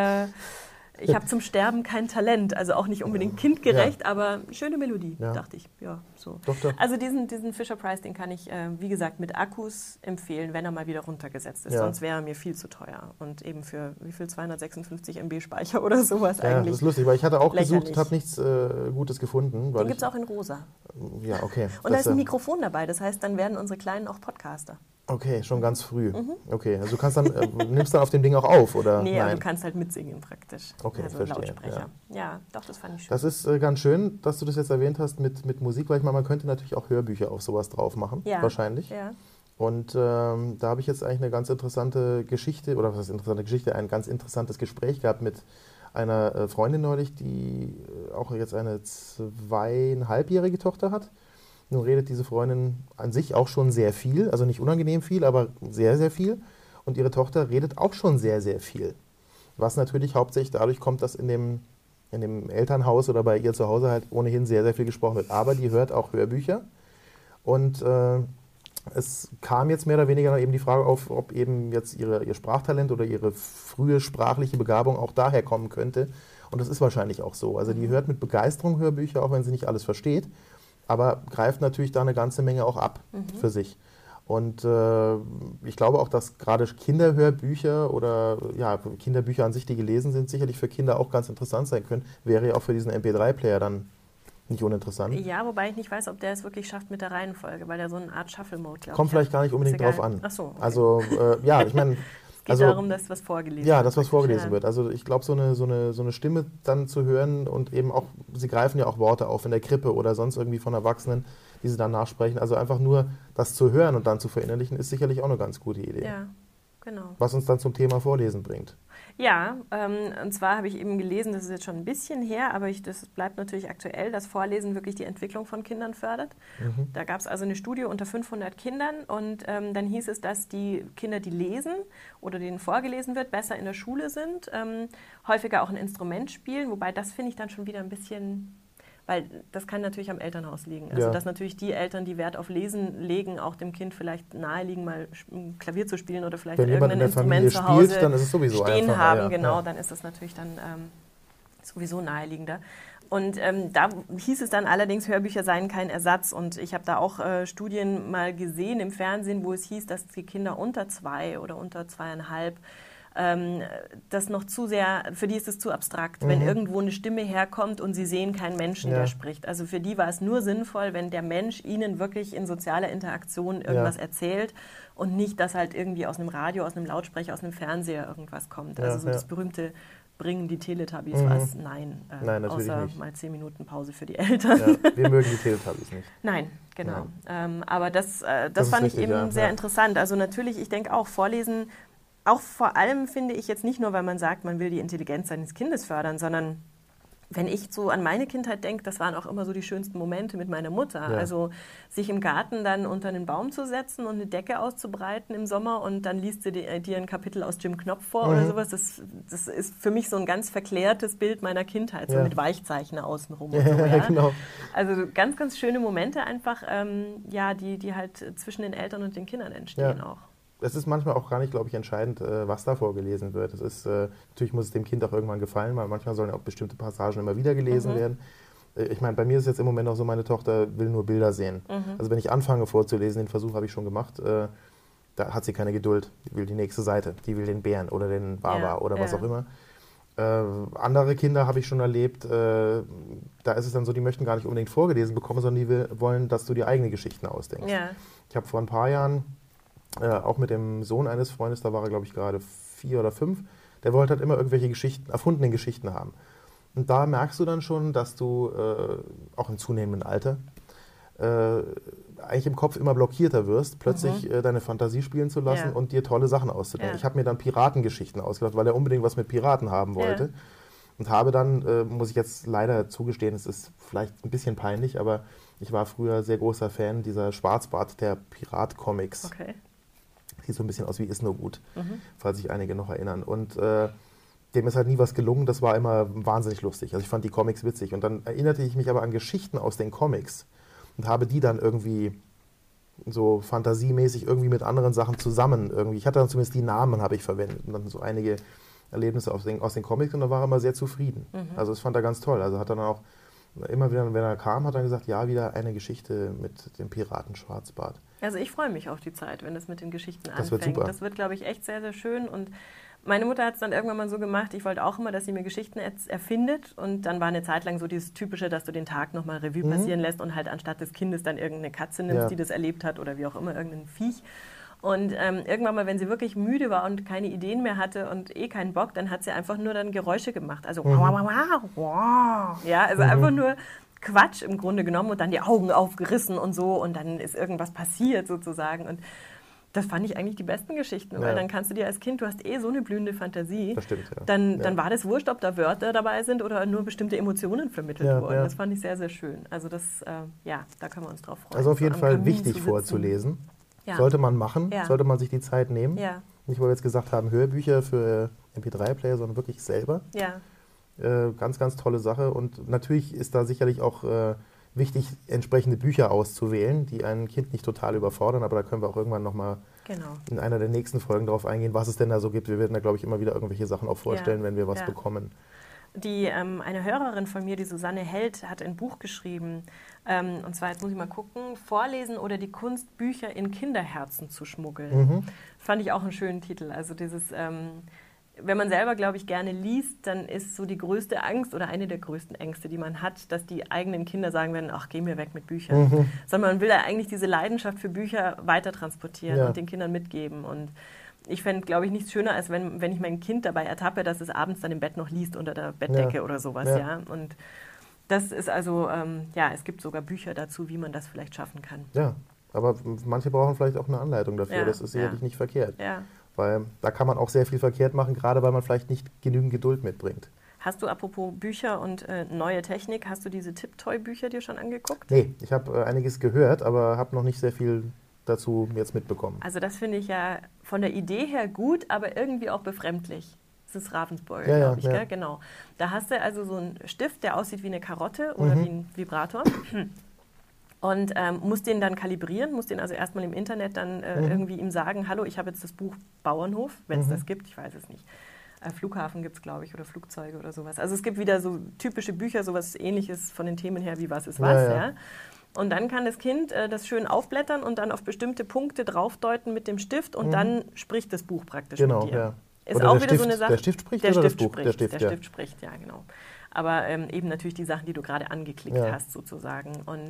Ich habe zum Sterben kein Talent, also auch nicht unbedingt kindgerecht, aber schöne Melodie, dachte ich. Ja, so. Doch. Also diesen Fisher-Price, den kann ich, wie gesagt, mit Akkus empfehlen, wenn er mal wieder runtergesetzt ist. Ja. Sonst wäre er mir viel zu teuer. Und eben für, 256 MB Speicher oder sowas eigentlich. Ja, das ist lustig, weil ich hatte auch gesucht und habe nichts Gutes gefunden. Den gibt es auch in rosa. Ja, okay. Und da ist ein Mikrofon dabei, das heißt, dann werden unsere Kleinen auch Podcaster. Okay, schon ganz früh. Okay, also du kannst dann, nimmst dann auf dem Ding auch auf, oder? Nee, aber du kannst halt mitsingen praktisch. Okay, also verstehe. Lautsprecher. Ja, doch, das fand ich schön. Das ist ganz schön, dass du das jetzt erwähnt hast mit Musik, weil ich meine, man könnte natürlich auch Hörbücher auf sowas drauf machen, wahrscheinlich. Ja. Und da habe ich jetzt eigentlich eine ganz interessante Geschichte, oder was heißt interessante Geschichte, ein ganz interessantes Gespräch gehabt mit einer Freundin neulich, die auch jetzt eine 2,5-jährige Tochter hat. Nun redet diese Freundin an sich auch schon sehr viel, also nicht unangenehm viel, aber sehr, sehr viel. Und ihre Tochter redet auch schon sehr, sehr viel. Was natürlich hauptsächlich dadurch kommt, dass in dem Elternhaus oder bei ihr zu Hause halt ohnehin sehr, sehr viel gesprochen wird. Aber die hört auch Hörbücher. Und es kam jetzt mehr oder weniger eben die Frage auf, ob eben jetzt ihr Sprachtalent oder ihre frühe sprachliche Begabung auch daher kommen könnte. Und das ist wahrscheinlich auch so. Also die hört mit Begeisterung Hörbücher, auch wenn sie nicht alles versteht. Aber greift natürlich da eine ganze Menge auch ab für sich. Und ich glaube auch, dass gerade Kinderhörbücher oder Kinderbücher an sich, die gelesen sind, sicherlich für Kinder auch ganz interessant sein können. Wäre ja auch für diesen MP3-Player dann nicht uninteressant. Ja, wobei ich nicht weiß, ob der es wirklich schafft mit der Reihenfolge, weil der so eine Art Shuffle-Mode, glaube ich. Kommt vielleicht gar nicht unbedingt drauf an. Ach so, okay. Also, ich meine... Es geht darum, dass was vorgelesen wird. Ja, dass was vorgelesen wird. Also ich glaube, so eine Stimme dann zu hören und eben auch, sie greifen ja auch Worte auf in der Krippe oder sonst irgendwie von Erwachsenen, die sie dann nachsprechen. Also einfach nur das zu hören und dann zu verinnerlichen, ist sicherlich auch eine ganz gute Idee. Ja, genau. Was uns dann zum Thema Vorlesen bringt. Ja, und zwar habe ich eben gelesen, das ist jetzt schon ein bisschen her, aber das bleibt natürlich aktuell, dass Vorlesen wirklich die Entwicklung von Kindern fördert. Da gab es also eine Studie unter 500 Kindern und dann hieß es, dass die Kinder, die lesen oder denen vorgelesen wird, besser in der Schule sind, häufiger auch ein Instrument spielen, wobei das finde ich dann schon wieder ein bisschen... Weil das kann natürlich am Elternhaus liegen. Also dass natürlich die Eltern, die Wert auf Lesen legen, auch dem Kind vielleicht naheliegen, mal Klavier zu spielen oder vielleicht irgendein Instrument zu Hause spielt, dann ist es sowieso stehen einfacher, haben. Genau, dann ist das natürlich dann sowieso naheliegender. Und da hieß es dann allerdings, Hörbücher seien kein Ersatz. Und ich habe da auch Studien mal gesehen im Fernsehen, wo es hieß, dass die Kinder unter 2 oder unter 2,5 das noch zu sehr, für die ist es zu abstrakt, wenn irgendwo eine Stimme herkommt und sie sehen keinen Menschen, der spricht. Also für die war es nur sinnvoll, wenn der Mensch ihnen wirklich in sozialer Interaktion irgendwas erzählt und nicht, dass halt irgendwie aus einem Radio, aus einem Lautsprecher, aus einem Fernseher irgendwas kommt. Also so das berühmte Bringen die Teletubbies was? Nein, natürlich außer nicht. mal 10 Minuten Pause für die Eltern. Ja, wir mögen die Teletubbies nicht. Nein, genau. Aber das fand richtig, ich eben sehr interessant. Also natürlich, ich denke auch, Vorlesen, auch vor allem finde ich jetzt nicht nur, weil man sagt, man will die Intelligenz seines Kindes fördern, sondern wenn ich so an meine Kindheit denke, das waren auch immer so die schönsten Momente mit meiner Mutter. Ja. Also sich im Garten dann unter einen Baum zu setzen und eine Decke auszubreiten im Sommer und dann liest sie dir ein Kapitel aus Jim Knopf vor oder sowas. Das ist für mich so ein ganz verklärtes Bild meiner Kindheit, so mit Weichzeichner außenrum und so. Ja? Genau. Also ganz, ganz schöne Momente einfach, die halt zwischen den Eltern und den Kindern entstehen auch. Es ist manchmal auch gar nicht, glaube ich, entscheidend, was da vorgelesen wird. Es ist, natürlich muss es dem Kind auch irgendwann gefallen, weil manchmal sollen ja auch bestimmte Passagen immer wieder gelesen werden. Ich meine, bei mir ist es jetzt im Moment auch so, meine Tochter will nur Bilder sehen. Also wenn ich anfange vorzulesen, den Versuch habe ich schon gemacht, da hat sie keine Geduld. Die will die nächste Seite, die will den Bären oder den Wawa oder was auch immer. Andere Kinder habe ich schon erlebt, da ist es dann so, die möchten gar nicht unbedingt vorgelesen bekommen, sondern die wollen, dass du dir eigene Geschichten ausdenkst. Ja. Ich habe vor ein paar Jahren auch mit dem Sohn eines Freundes, da war er, glaube ich, gerade 4 oder 5, der wollte halt immer irgendwelche erfundene Geschichten haben. Und da merkst du dann schon, dass du auch im zunehmenden Alter eigentlich im Kopf immer blockierter wirst, plötzlich deine Fantasie spielen zu lassen und dir tolle Sachen auszudenken. Ich habe mir dann Piratengeschichten ausgedacht, weil er unbedingt was mit Piraten haben wollte. Und habe dann, muss ich jetzt leider zugestehen, es ist vielleicht ein bisschen peinlich, aber ich war früher sehr großer Fan dieser Schwarzbart der Pirat-Comics. Okay. Sieht so ein bisschen aus wie Ist nur gut, falls sich einige noch erinnern. Und dem ist halt nie was gelungen, das war immer wahnsinnig lustig. Also ich fand die Comics witzig. Und dann erinnerte ich mich aber an Geschichten aus den Comics und habe die dann irgendwie so fantasiemäßig irgendwie mit anderen Sachen zusammen irgendwie. Ich hatte dann zumindest die Namen, habe ich verwendet. Und dann so einige Erlebnisse aus den Comics und da war er immer sehr zufrieden. Also das fand er ganz toll. Also hat er dann auch immer wieder, wenn er kam, hat er gesagt, ja, wieder eine Geschichte mit dem Piraten Schwarzbart. Also ich freue mich auf die Zeit, wenn es mit den Geschichten anfängt. Das wird super. Das wird, glaube ich, echt sehr, sehr schön. Und meine Mutter hat es dann irgendwann mal so gemacht, ich wollte auch immer, dass sie mir Geschichten erfindet. Und dann war eine Zeit lang so dieses Typische, dass du den Tag nochmal Revue passieren lässt und halt anstatt des Kindes dann irgendeine Katze nimmst, die das erlebt hat oder wie auch immer, irgendein Viech. Und irgendwann mal, wenn sie wirklich müde war und keine Ideen mehr hatte und keinen Bock, dann hat sie einfach nur dann Geräusche gemacht. Also ja, also einfach nur Quatsch im Grunde genommen und dann die Augen aufgerissen und so und dann ist irgendwas passiert sozusagen. Und das fand ich eigentlich die besten Geschichten, weil dann kannst du dir als Kind, du hast so eine blühende Fantasie, das stimmt, dann war das wurscht, ob da Wörter dabei sind oder nur bestimmte Emotionen vermittelt wurden. Das fand ich sehr, sehr schön. Also das, da können wir uns drauf freuen. Also auf jeden Fall wichtig vorzulesen. Ja. Sollte man machen, sollte man sich die Zeit nehmen. Ja. Nicht, weil wir jetzt gesagt haben, Hörbücher für MP3-Player, sondern wirklich selber. Ja. Ganz, ganz tolle Sache. Und natürlich ist da sicherlich auch wichtig, entsprechende Bücher auszuwählen, die ein Kind nicht total überfordern. Aber da können wir auch irgendwann nochmal in einer der nächsten Folgen drauf eingehen, was es denn da so gibt. Wir werden da, glaube ich, immer wieder irgendwelche Sachen auch vorstellen, wenn wir was bekommen. Eine Hörerin von mir, die Susanne Held, hat ein Buch geschrieben. Und zwar, jetzt muss ich mal gucken, Vorlesen oder die Kunst, Bücher in Kinderherzen zu schmuggeln. Fand ich auch einen schönen Titel. Also dieses, wenn man selber, glaube ich, gerne liest, dann ist so die größte Angst oder eine der größten Ängste, die man hat, dass die eigenen Kinder sagen werden, ach, geh mir weg mit Büchern. Sondern man will ja eigentlich diese Leidenschaft für Bücher weiter transportieren und den Kindern mitgeben. Und ich fände, glaube ich, nichts schöner, als wenn ich mein Kind dabei ertappe, dass es abends dann im Bett noch liest unter der Bettdecke oder sowas. Ja. Und das ist also, es gibt sogar Bücher dazu, wie man das vielleicht schaffen kann. Ja, aber manche brauchen vielleicht auch eine Anleitung dafür. Das ist sicherlich nicht verkehrt. Ja. Weil da kann man auch sehr viel verkehrt machen, gerade weil man vielleicht nicht genügend Geduld mitbringt. Hast du, apropos Bücher und neue Technik, hast du diese Tipptoy-Bücher dir schon angeguckt? Nee, ich habe einiges gehört, aber habe noch nicht sehr viel dazu jetzt mitbekommen. Also das finde ich ja von der Idee her gut, aber irgendwie auch befremdlich. Das ist Ravensburger, glaube ich, gell? Genau. Da hast du also so einen Stift, der aussieht wie eine Karotte oder wie ein Vibrator. Und musst den dann kalibrieren, musst den also erstmal im Internet dann irgendwie ihm sagen, hallo, ich habe jetzt das Buch Bauernhof, wenn es das gibt, ich weiß es nicht. Flughafen gibt es, glaube ich, oder Flugzeuge oder sowas. Also es gibt wieder so typische Bücher, sowas Ähnliches von den Themen her wie Was ist was. Ja. Und dann kann das Kind das schön aufblättern und dann auf bestimmte Punkte draufdeuten mit dem Stift und dann spricht das Buch praktisch mit dir. Ja. Ist oder auch wieder Stift, so eine Sache. Der Stift spricht oder das Buch? Der Stift spricht, ja, genau. Aber eben natürlich die Sachen, die du gerade angeklickt hast, sozusagen. Und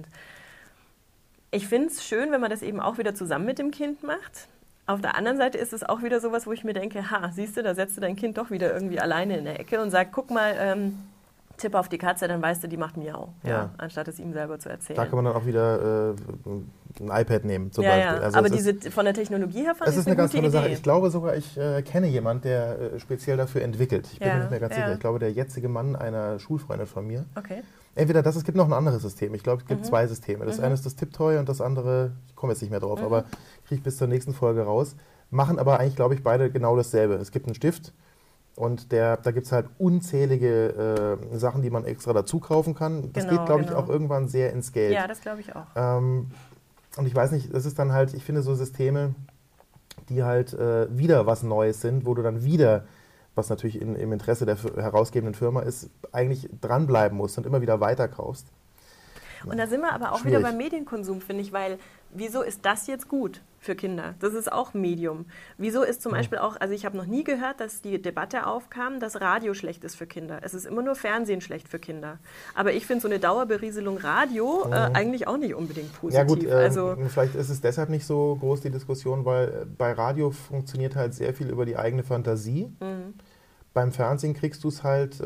ich finde es schön, wenn man das eben auch wieder zusammen mit dem Kind macht. Auf der anderen Seite ist es auch wieder sowas, wo ich mir denke, siehst du, da setzt du dein Kind doch wieder irgendwie alleine in der Ecke und sagst, guck mal, Tipp auf die Katze, dann weißt du, die macht Miau, anstatt es ihm selber zu erzählen. Da kann man dann auch wieder ein iPad nehmen, zum Beispiel. Ja. Also aber von der Technologie her fand ich es eine ganz tolle Sache. Ich glaube sogar, ich kenne jemanden, der speziell dafür entwickelt. Ich bin mir nicht mehr ganz sicher. Ich glaube, der jetzige Mann einer Schulfreundin von mir. Okay. Entweder es gibt noch ein anderes System. Ich glaube, es gibt 2 Systeme. Das eine ist das Tiptoy und das andere, ich komme jetzt nicht mehr drauf, aber kriege ich bis zur nächsten Folge raus. Machen aber eigentlich, glaube ich, beide genau dasselbe. Es gibt einen Stift. Und da gibt es halt unzählige Sachen, die man extra dazu kaufen kann. Das geht, glaube ich, auch irgendwann sehr ins Geld. Ja, das glaube ich auch. Und ich weiß nicht, das ist dann halt, ich finde so Systeme, die halt wieder was Neues sind, wo du dann wieder, was natürlich im Interesse der herausgebenden Firma ist, eigentlich dranbleiben musst und immer wieder weiterkaufst. Und da sind wir aber auch wieder beim Medienkonsum, finde ich, weil wieso ist das jetzt gut für Kinder? Das ist auch Medium. Wieso ist zum Beispiel auch, also ich habe noch nie gehört, dass die Debatte aufkam, dass Radio schlecht ist für Kinder. Es ist immer nur Fernsehen schlecht für Kinder. Aber ich finde so eine Dauerberieselung Radio eigentlich auch nicht unbedingt positiv. Ja gut, vielleicht ist es deshalb nicht so groß, die Diskussion, weil bei Radio funktioniert halt sehr viel über die eigene Fantasie. Beim Fernsehen kriegst du es halt,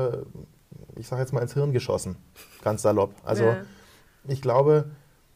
ich sage jetzt mal, ins Hirn geschossen, ganz salopp. Also ich glaube,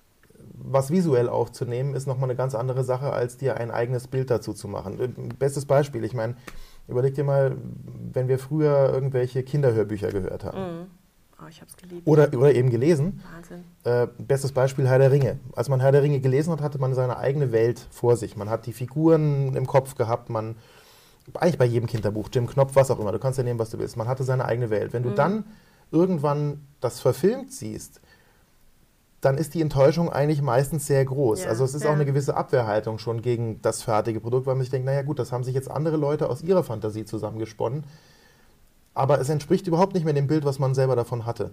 was visuell aufzunehmen, ist nochmal eine ganz andere Sache, als dir ein eigenes Bild dazu zu machen. Bestes Beispiel, ich meine, überleg dir mal, wenn wir früher irgendwelche Kinderhörbücher gehört haben. Oh, ich habe es geliebt. Oder eben gelesen. Wahnsinn. Bestes Beispiel, Herr der Ringe. Als man Herr der Ringe gelesen hat, hatte man seine eigene Welt vor sich. Man hat die Figuren im Kopf gehabt, eigentlich bei jedem Kinderbuch, Jim Knopf, was auch immer, du kannst ja nehmen, was du willst. Man hatte seine eigene Welt. Wenn du dann irgendwann das verfilmt siehst, dann ist die Enttäuschung eigentlich meistens sehr groß. Also es ist auch eine gewisse Abwehrhaltung schon gegen das fertige Produkt, weil man sich denkt, naja gut, das haben sich jetzt andere Leute aus ihrer Fantasie zusammengesponnen, aber es entspricht überhaupt nicht mehr dem Bild, was man selber davon hatte.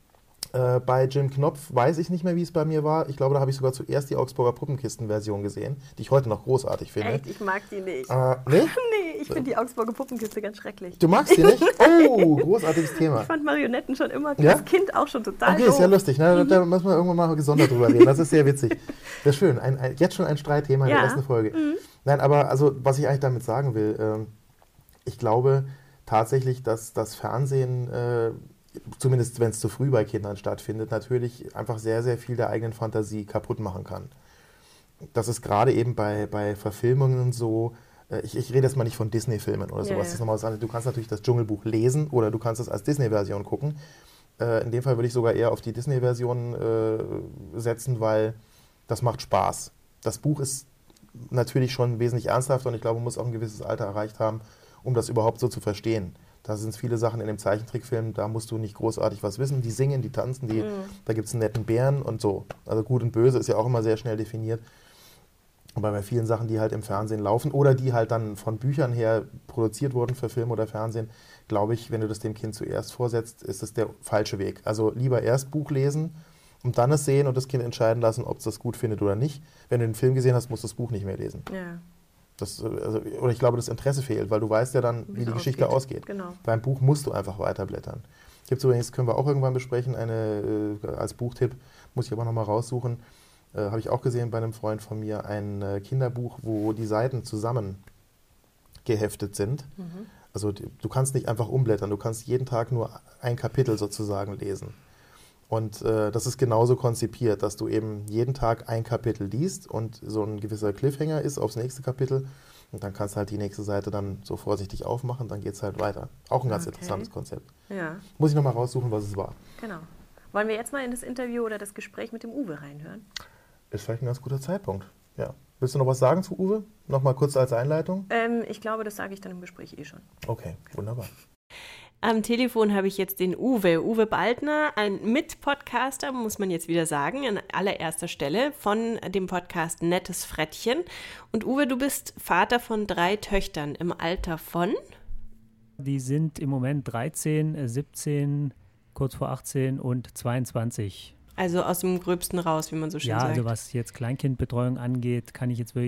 Bei Jim Knopf weiß ich nicht mehr, wie es bei mir war. Ich glaube, da habe ich sogar zuerst die Augsburger Puppenkisten-Version gesehen, die ich heute noch großartig finde. Echt? Ich mag die nicht. Nee? Nee, ich finde die Augsburger Puppenkiste ganz schrecklich. Du magst die nicht? Oh, großartiges Thema. Ich fand Marionetten schon immer, als Kind auch schon total doof. Ist ja lustig. Ne? Da müssen wir irgendwann mal gesondert drüber reden. Das ist sehr witzig. Das ist schön. Jetzt schon ein Streitthema in der ersten Folge. Nein, aber also, was ich eigentlich damit sagen will, ich glaube tatsächlich, dass das Fernsehen, zumindest wenn es zu früh bei Kindern stattfindet, natürlich einfach sehr, sehr viel der eigenen Fantasie kaputt machen kann. Das ist gerade eben bei Verfilmungen so, ich rede jetzt mal nicht von Disney-Filmen oder sowas, das ist nochmal was anderes. Du kannst natürlich das Dschungelbuch lesen oder du kannst es als Disney-Version gucken. In dem Fall würde ich sogar eher auf die Disney-Version setzen, weil das macht Spaß. Das Buch ist natürlich schon wesentlich ernsthafter und ich glaube, man muss auch ein gewisses Alter erreicht haben, um das überhaupt so zu verstehen. Da sind viele Sachen in dem Zeichentrickfilm, da musst du nicht großartig was wissen. Die singen, die tanzen, da gibt es einen netten Bären und so. Also gut und böse ist ja auch immer sehr schnell definiert. Aber bei vielen Sachen, die halt im Fernsehen laufen oder die halt dann von Büchern her produziert wurden für Film oder Fernsehen, glaube ich, wenn du das dem Kind zuerst vorsetzt, ist das der falsche Weg. Also lieber erst Buch lesen und dann es sehen und das Kind entscheiden lassen, ob es das gut findet oder nicht. Wenn du den Film gesehen hast, musst du das Buch nicht mehr lesen. Ja. Oder ich glaube, das Interesse fehlt, weil du weißt ja dann, wie die Geschichte ausgeht. Genau. Beim Buch musst du einfach weiterblättern. Gibt es übrigens, können wir auch irgendwann besprechen, als Buchtipp, muss ich aber nochmal raussuchen, habe ich auch gesehen bei einem Freund von mir, ein Kinderbuch, wo die Seiten zusammen geheftet sind. Also du kannst nicht einfach umblättern, du kannst jeden Tag nur ein Kapitel sozusagen lesen. Und das ist genauso konzipiert, dass du eben jeden Tag ein Kapitel liest und so ein gewisser Cliffhanger ist aufs nächste Kapitel. Und dann kannst du halt die nächste Seite dann so vorsichtig aufmachen, dann geht es halt weiter. Auch ein ganz interessantes Konzept. Ja. Muss ich nochmal raussuchen, was es war. Genau. Wollen wir jetzt mal in das Interview oder das Gespräch mit dem Uwe reinhören? Ist vielleicht ein ganz guter Zeitpunkt. Ja. Willst du noch was sagen zu Uwe? Nochmal kurz als Einleitung? Ich glaube, das sage ich dann im Gespräch schon. Okay, wunderbar. Am Telefon habe ich jetzt den Uwe Baldner, ein Mitpodcaster, muss man jetzt wieder sagen, an allererster Stelle von dem Podcast Nettes Frettchen. Und Uwe, du bist Vater von 3 Töchtern im Alter von? Die sind im Moment 13, 17, kurz vor 18 und 22. Also aus dem Gröbsten raus, wie man so schön sagt. Ja, also was jetzt Kleinkindbetreuung angeht, kann ich jetzt wirklich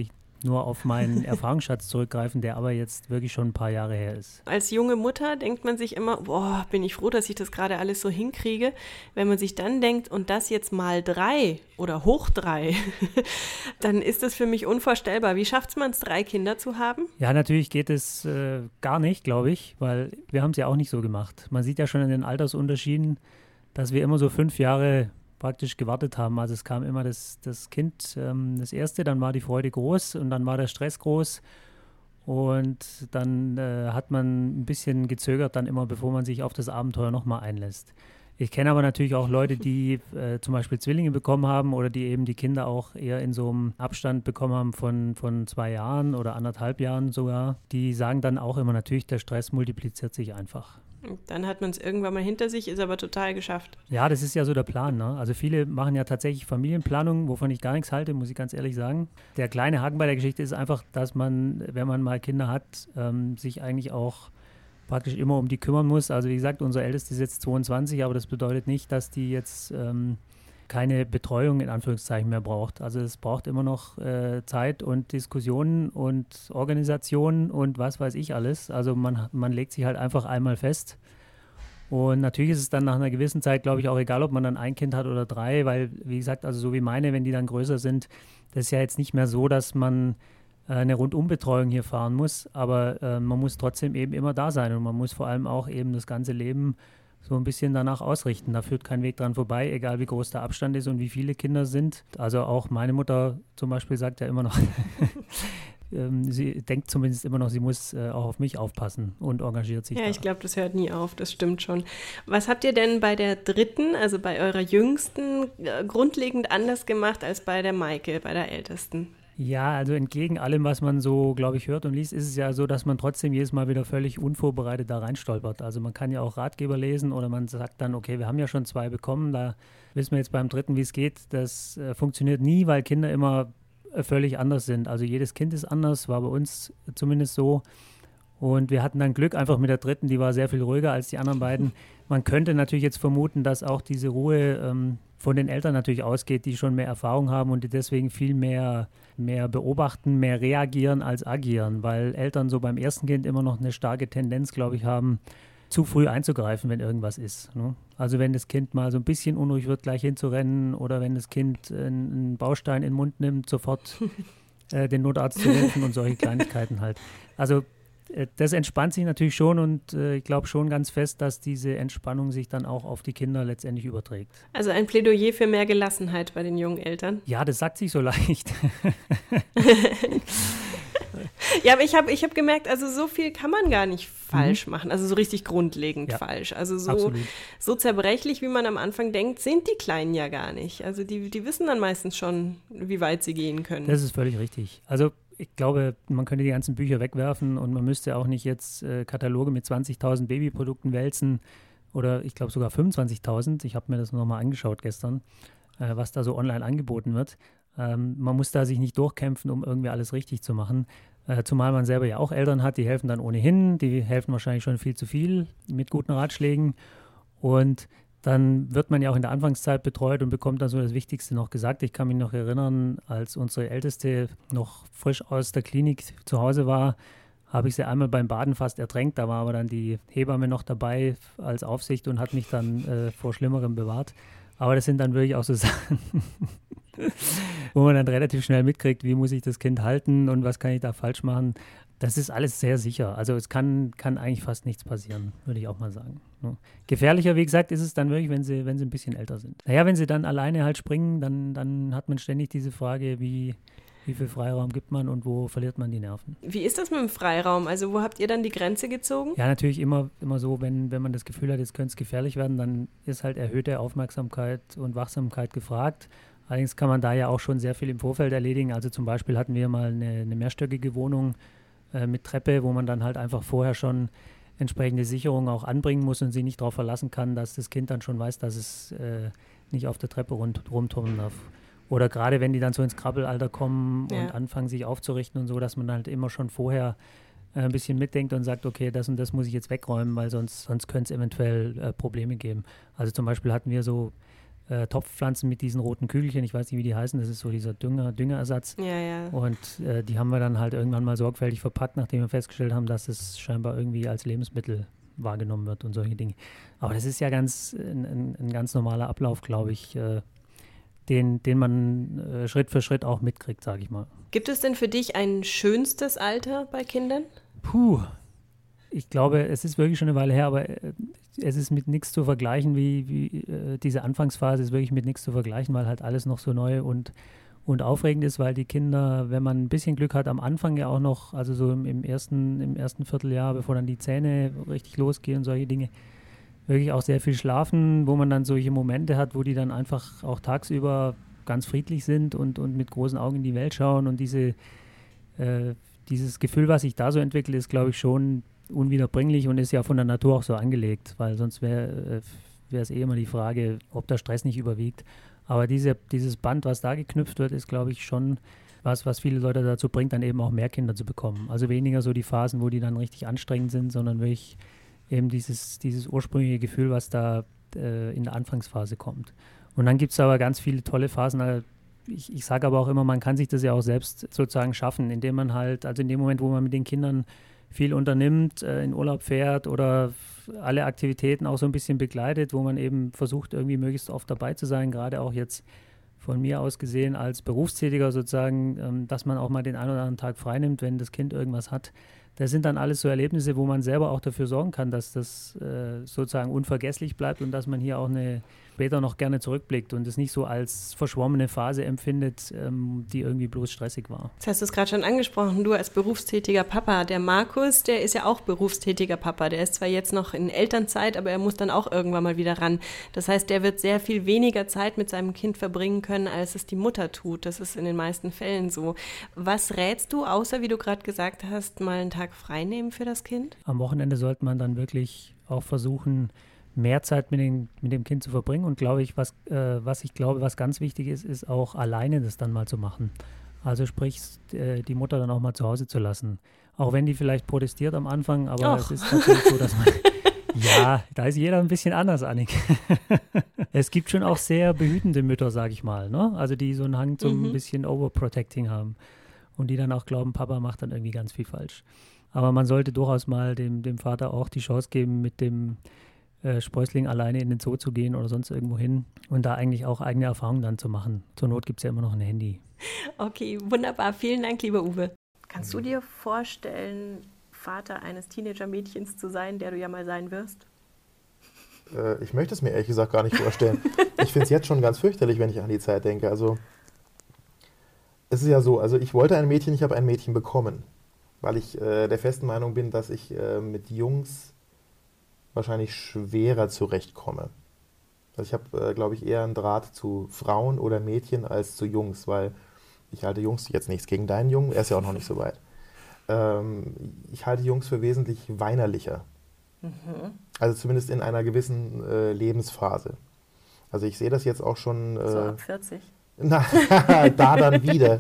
nur auf meinen Erfahrungsschatz zurückgreifen, der aber jetzt wirklich schon ein paar Jahre her ist. Als junge Mutter denkt man sich immer, boah, bin ich froh, dass ich das gerade alles so hinkriege. Wenn man sich dann denkt, und das jetzt mal 3 oder hoch 3, dann ist das für mich unvorstellbar. Wie schafft man es, 3 Kinder zu haben? Ja, natürlich geht es gar nicht, glaube ich, weil wir haben es ja auch nicht so gemacht. Man sieht ja schon in den Altersunterschieden, dass wir immer so 5 Jahre praktisch gewartet haben. Also es kam immer das Kind, das erste, dann war die Freude groß und dann war der Stress groß und dann hat man ein bisschen gezögert dann immer, bevor man sich auf das Abenteuer nochmal einlässt. Ich kenne aber natürlich auch Leute, die zum Beispiel Zwillinge bekommen haben oder die eben die Kinder auch eher in so einem Abstand bekommen haben von 2 Jahren oder 1,5 Jahren sogar. Die sagen dann auch immer natürlich, der Stress multipliziert sich einfach. Dann hat man es irgendwann mal hinter sich, ist aber total geschafft. Ja, das ist ja so der Plan, ne? Also viele machen ja tatsächlich Familienplanung, wovon ich gar nichts halte, muss ich ganz ehrlich sagen. Der kleine Haken bei der Geschichte ist einfach, dass man, wenn man mal Kinder hat, sich eigentlich auch praktisch immer um die kümmern muss. Also wie gesagt, unser Ältester ist jetzt 22, aber das bedeutet nicht, dass die jetzt keine Betreuung in Anführungszeichen mehr braucht. Also es braucht immer noch Zeit und Diskussionen und Organisationen und was weiß ich alles. Also man legt sich halt einfach einmal fest. Und natürlich ist es dann nach einer gewissen Zeit, glaube ich, auch egal, ob man dann ein Kind hat oder 3, weil, wie gesagt, also so wie meine, wenn die dann größer sind, das ist ja jetzt nicht mehr so, dass man eine Rundumbetreuung hier fahren muss, aber man muss trotzdem eben immer da sein und man muss vor allem auch eben das ganze Leben so ein bisschen danach ausrichten. Da führt kein Weg dran vorbei, egal wie groß der Abstand ist und wie viele Kinder sind. Also auch meine Mutter zum Beispiel sagt ja immer noch, sie denkt zumindest immer noch, sie muss auch auf mich aufpassen und engagiert sich. Ja, ich glaube, das hört nie auf, das stimmt schon. Was habt ihr denn bei der 3., also bei eurer Jüngsten, grundlegend anders gemacht als bei der Maike, bei der Ältesten? Ja, also entgegen allem, was man so, glaube ich, hört und liest, ist es ja so, dass man trotzdem jedes Mal wieder völlig unvorbereitet da reinstolpert. Also man kann ja auch Ratgeber lesen oder man sagt dann, okay, wir haben ja schon 2 bekommen, da wissen wir jetzt beim 3., wie es geht. Das funktioniert nie, weil Kinder immer völlig anders sind. Also jedes Kind ist anders, war bei uns zumindest so. Und wir hatten dann Glück einfach mit der 3., die war sehr viel ruhiger als die anderen beiden. Man könnte natürlich jetzt vermuten, dass auch diese Ruhe von den Eltern natürlich ausgeht, die schon mehr Erfahrung haben und die deswegen viel mehr beobachten, mehr reagieren als agieren, weil Eltern so beim ersten Kind immer noch eine starke Tendenz, glaube ich, haben, zu früh einzugreifen, wenn irgendwas ist. Ne? Also wenn das Kind mal so ein bisschen unruhig wird, gleich hinzurennen oder wenn das Kind einen Baustein in den Mund nimmt, sofort den Notarzt zu rufen und solche Kleinigkeiten halt. Also das entspannt sich natürlich schon und ich glaube schon ganz fest, dass diese Entspannung sich dann auch auf die Kinder letztendlich überträgt. Also ein Plädoyer für mehr Gelassenheit bei den jungen Eltern? Ja, das sagt sich so leicht. Ja, aber ich hab gemerkt, also so viel kann man gar nicht falsch machen, also so richtig grundlegend falsch. Also so zerbrechlich, wie man am Anfang denkt, sind die Kleinen ja gar nicht. Also die wissen dann meistens schon, wie weit sie gehen können. Das ist völlig richtig. Also ich glaube, man könnte die ganzen Bücher wegwerfen und man müsste auch nicht jetzt Kataloge mit 20.000 Babyprodukten wälzen oder ich glaube sogar 25.000. Ich habe mir das nochmal angeschaut gestern, was da so online angeboten wird. Man muss da sich nicht durchkämpfen, um irgendwie alles richtig zu machen. Zumal man selber ja auch Eltern hat, die helfen dann ohnehin, die helfen wahrscheinlich schon viel zu viel mit guten Ratschlägen und dann wird man ja auch in der Anfangszeit betreut und bekommt dann so das Wichtigste noch gesagt. Ich kann mich noch erinnern, als unsere Älteste noch frisch aus der Klinik zu Hause war, habe ich sie einmal beim Baden fast ertränkt. Da war aber dann die Hebamme noch dabei als Aufsicht und hat mich dann vor Schlimmerem bewahrt. Aber das sind dann wirklich auch so Sachen, wo man dann relativ schnell mitkriegt, wie muss ich das Kind halten und was kann ich da falsch machen. Das ist alles sehr sicher. Also es kann eigentlich fast nichts passieren, würde ich auch mal sagen. Ne? Gefährlicher, wie gesagt, ist es dann wirklich, wenn sie ein bisschen älter sind. Naja, wenn sie dann alleine halt springen, dann hat man ständig diese Frage, wie viel Freiraum gibt man und wo verliert man die Nerven. Wie ist das mit dem Freiraum? Also wo habt ihr dann die Grenze gezogen? Ja, natürlich immer so, wenn man das Gefühl hat, jetzt könnte es gefährlich werden, dann ist halt erhöhte Aufmerksamkeit und Wachsamkeit gefragt. Allerdings kann man da ja auch schon sehr viel im Vorfeld erledigen. Also zum Beispiel hatten wir mal eine mehrstöckige Wohnung mit Treppe, wo man dann halt einfach vorher schon entsprechende Sicherungen auch anbringen muss und sich nicht darauf verlassen kann, dass das Kind dann schon weiß, dass es nicht auf der Treppe rumturnen darf. Oder gerade wenn die dann so ins Krabbelalter kommen und anfangen, sich aufzurichten und so, dass man halt immer schon vorher ein bisschen mitdenkt und sagt, okay, das und das muss ich jetzt wegräumen, weil sonst könnte es eventuell Probleme geben. Also zum Beispiel hatten wir so Topfpflanzen mit diesen roten Kügelchen, ich weiß nicht, wie die heißen, das ist so dieser Düngerersatz. Ja. Und die haben wir dann halt irgendwann mal sorgfältig verpackt, nachdem wir festgestellt haben, dass es scheinbar irgendwie als Lebensmittel wahrgenommen wird und solche Dinge. Aber das ist ja ein ganz normaler Ablauf, glaube ich, den man Schritt für Schritt auch mitkriegt, sage ich mal. Gibt es denn für dich ein schönstes Alter bei Kindern? Ich glaube, es ist wirklich schon eine Weile her, aber es ist mit nichts zu vergleichen, wie diese Anfangsphase ist wirklich mit nichts zu vergleichen, weil halt alles noch so neu und aufregend ist, weil die Kinder, wenn man ein bisschen Glück hat, am Anfang ja auch noch, also so im ersten Vierteljahr, bevor dann die Zähne richtig losgehen und solche Dinge, wirklich auch sehr viel schlafen, wo man dann solche Momente hat, wo die dann einfach auch tagsüber ganz friedlich sind und mit großen Augen in die Welt schauen und dieses Gefühl, was sich da so entwickelt, ist, glaube ich, schon unwiederbringlich und ist ja von der Natur auch so angelegt, weil sonst wäre es immer die Frage, ob der Stress nicht überwiegt. Aber dieses Band, was da geknüpft wird, ist, glaube ich, schon was viele Leute dazu bringt, dann eben auch mehr Kinder zu bekommen. Also weniger so die Phasen, wo die dann richtig anstrengend sind, sondern wirklich eben dieses ursprüngliche Gefühl, was da in der Anfangsphase kommt. Und dann gibt es aber ganz viele tolle Phasen. Ich sage aber auch immer, man kann sich das ja auch selbst sozusagen schaffen, indem man halt, also in dem Moment, wo man mit den Kindern viel unternimmt, in Urlaub fährt oder alle Aktivitäten auch so ein bisschen begleitet, wo man eben versucht, irgendwie möglichst oft dabei zu sein, gerade auch jetzt von mir aus gesehen als Berufstätiger sozusagen, dass man auch mal den einen oder anderen Tag frei nimmt, wenn das Kind irgendwas hat. Das sind dann alles so Erlebnisse, wo man selber auch dafür sorgen kann, dass das sozusagen unvergesslich bleibt und dass man hier auch später noch gerne zurückblickt und es nicht so als verschwommene Phase empfindet, die irgendwie bloß stressig war. Jetzt hast du es gerade schon angesprochen, du als berufstätiger Papa. Der Markus, der ist ja auch berufstätiger Papa. Der ist zwar jetzt noch in Elternzeit, aber er muss dann auch irgendwann mal wieder ran. Das heißt, der wird sehr viel weniger Zeit mit seinem Kind verbringen können, als es die Mutter tut. Das ist in den meisten Fällen so. Was rätst du, außer, wie du gerade gesagt hast, mal einen Tag frei nehmen für das Kind? Am Wochenende sollte man dann wirklich auch versuchen, mehr Zeit mit dem Kind zu verbringen. Und glaube ich, was ganz wichtig ist, ist auch alleine das dann mal zu machen. Also sprich, die Mutter dann auch mal zu Hause zu lassen. Auch wenn die vielleicht protestiert am Anfang, aber es ist natürlich so, dass man... Ja, da ist jeder ein bisschen anders, Annik. Es gibt schon auch sehr behütende Mütter, sage ich mal, ne? Also die so einen Hang zum bisschen Overprotecting haben und die dann auch glauben, Papa macht dann irgendwie ganz viel falsch. Aber man sollte durchaus mal dem Vater auch die Chance geben, mit dem Sprössling alleine in den Zoo zu gehen oder sonst irgendwo hin und da eigentlich auch eigene Erfahrungen dann zu machen. Zur Not gibt es ja immer noch ein Handy. Okay, wunderbar. Vielen Dank, lieber Uwe. Kannst du dir vorstellen, Vater eines Teenager-Mädchens zu sein, der du ja mal sein wirst? Ich möchte es mir ehrlich gesagt gar nicht vorstellen. Ich finde es jetzt schon ganz fürchterlich, wenn ich an die Zeit denke. Also es ist ja so, also ich wollte ein Mädchen, ich habe ein Mädchen bekommen, weil ich der festen Meinung bin, dass ich mit Jungs wahrscheinlich schwerer zurechtkomme. Also ich habe, glaube ich, eher einen Draht zu Frauen oder Mädchen als zu Jungs, weil ich halte Jungs, jetzt nichts gegen deinen Jungen, er ist ja auch noch nicht so weit. Ich halte Jungs für wesentlich weinerlicher. Also zumindest in einer gewissen Lebensphase. Also ich sehe das jetzt auch schon... so ab 40? Na, da dann wieder.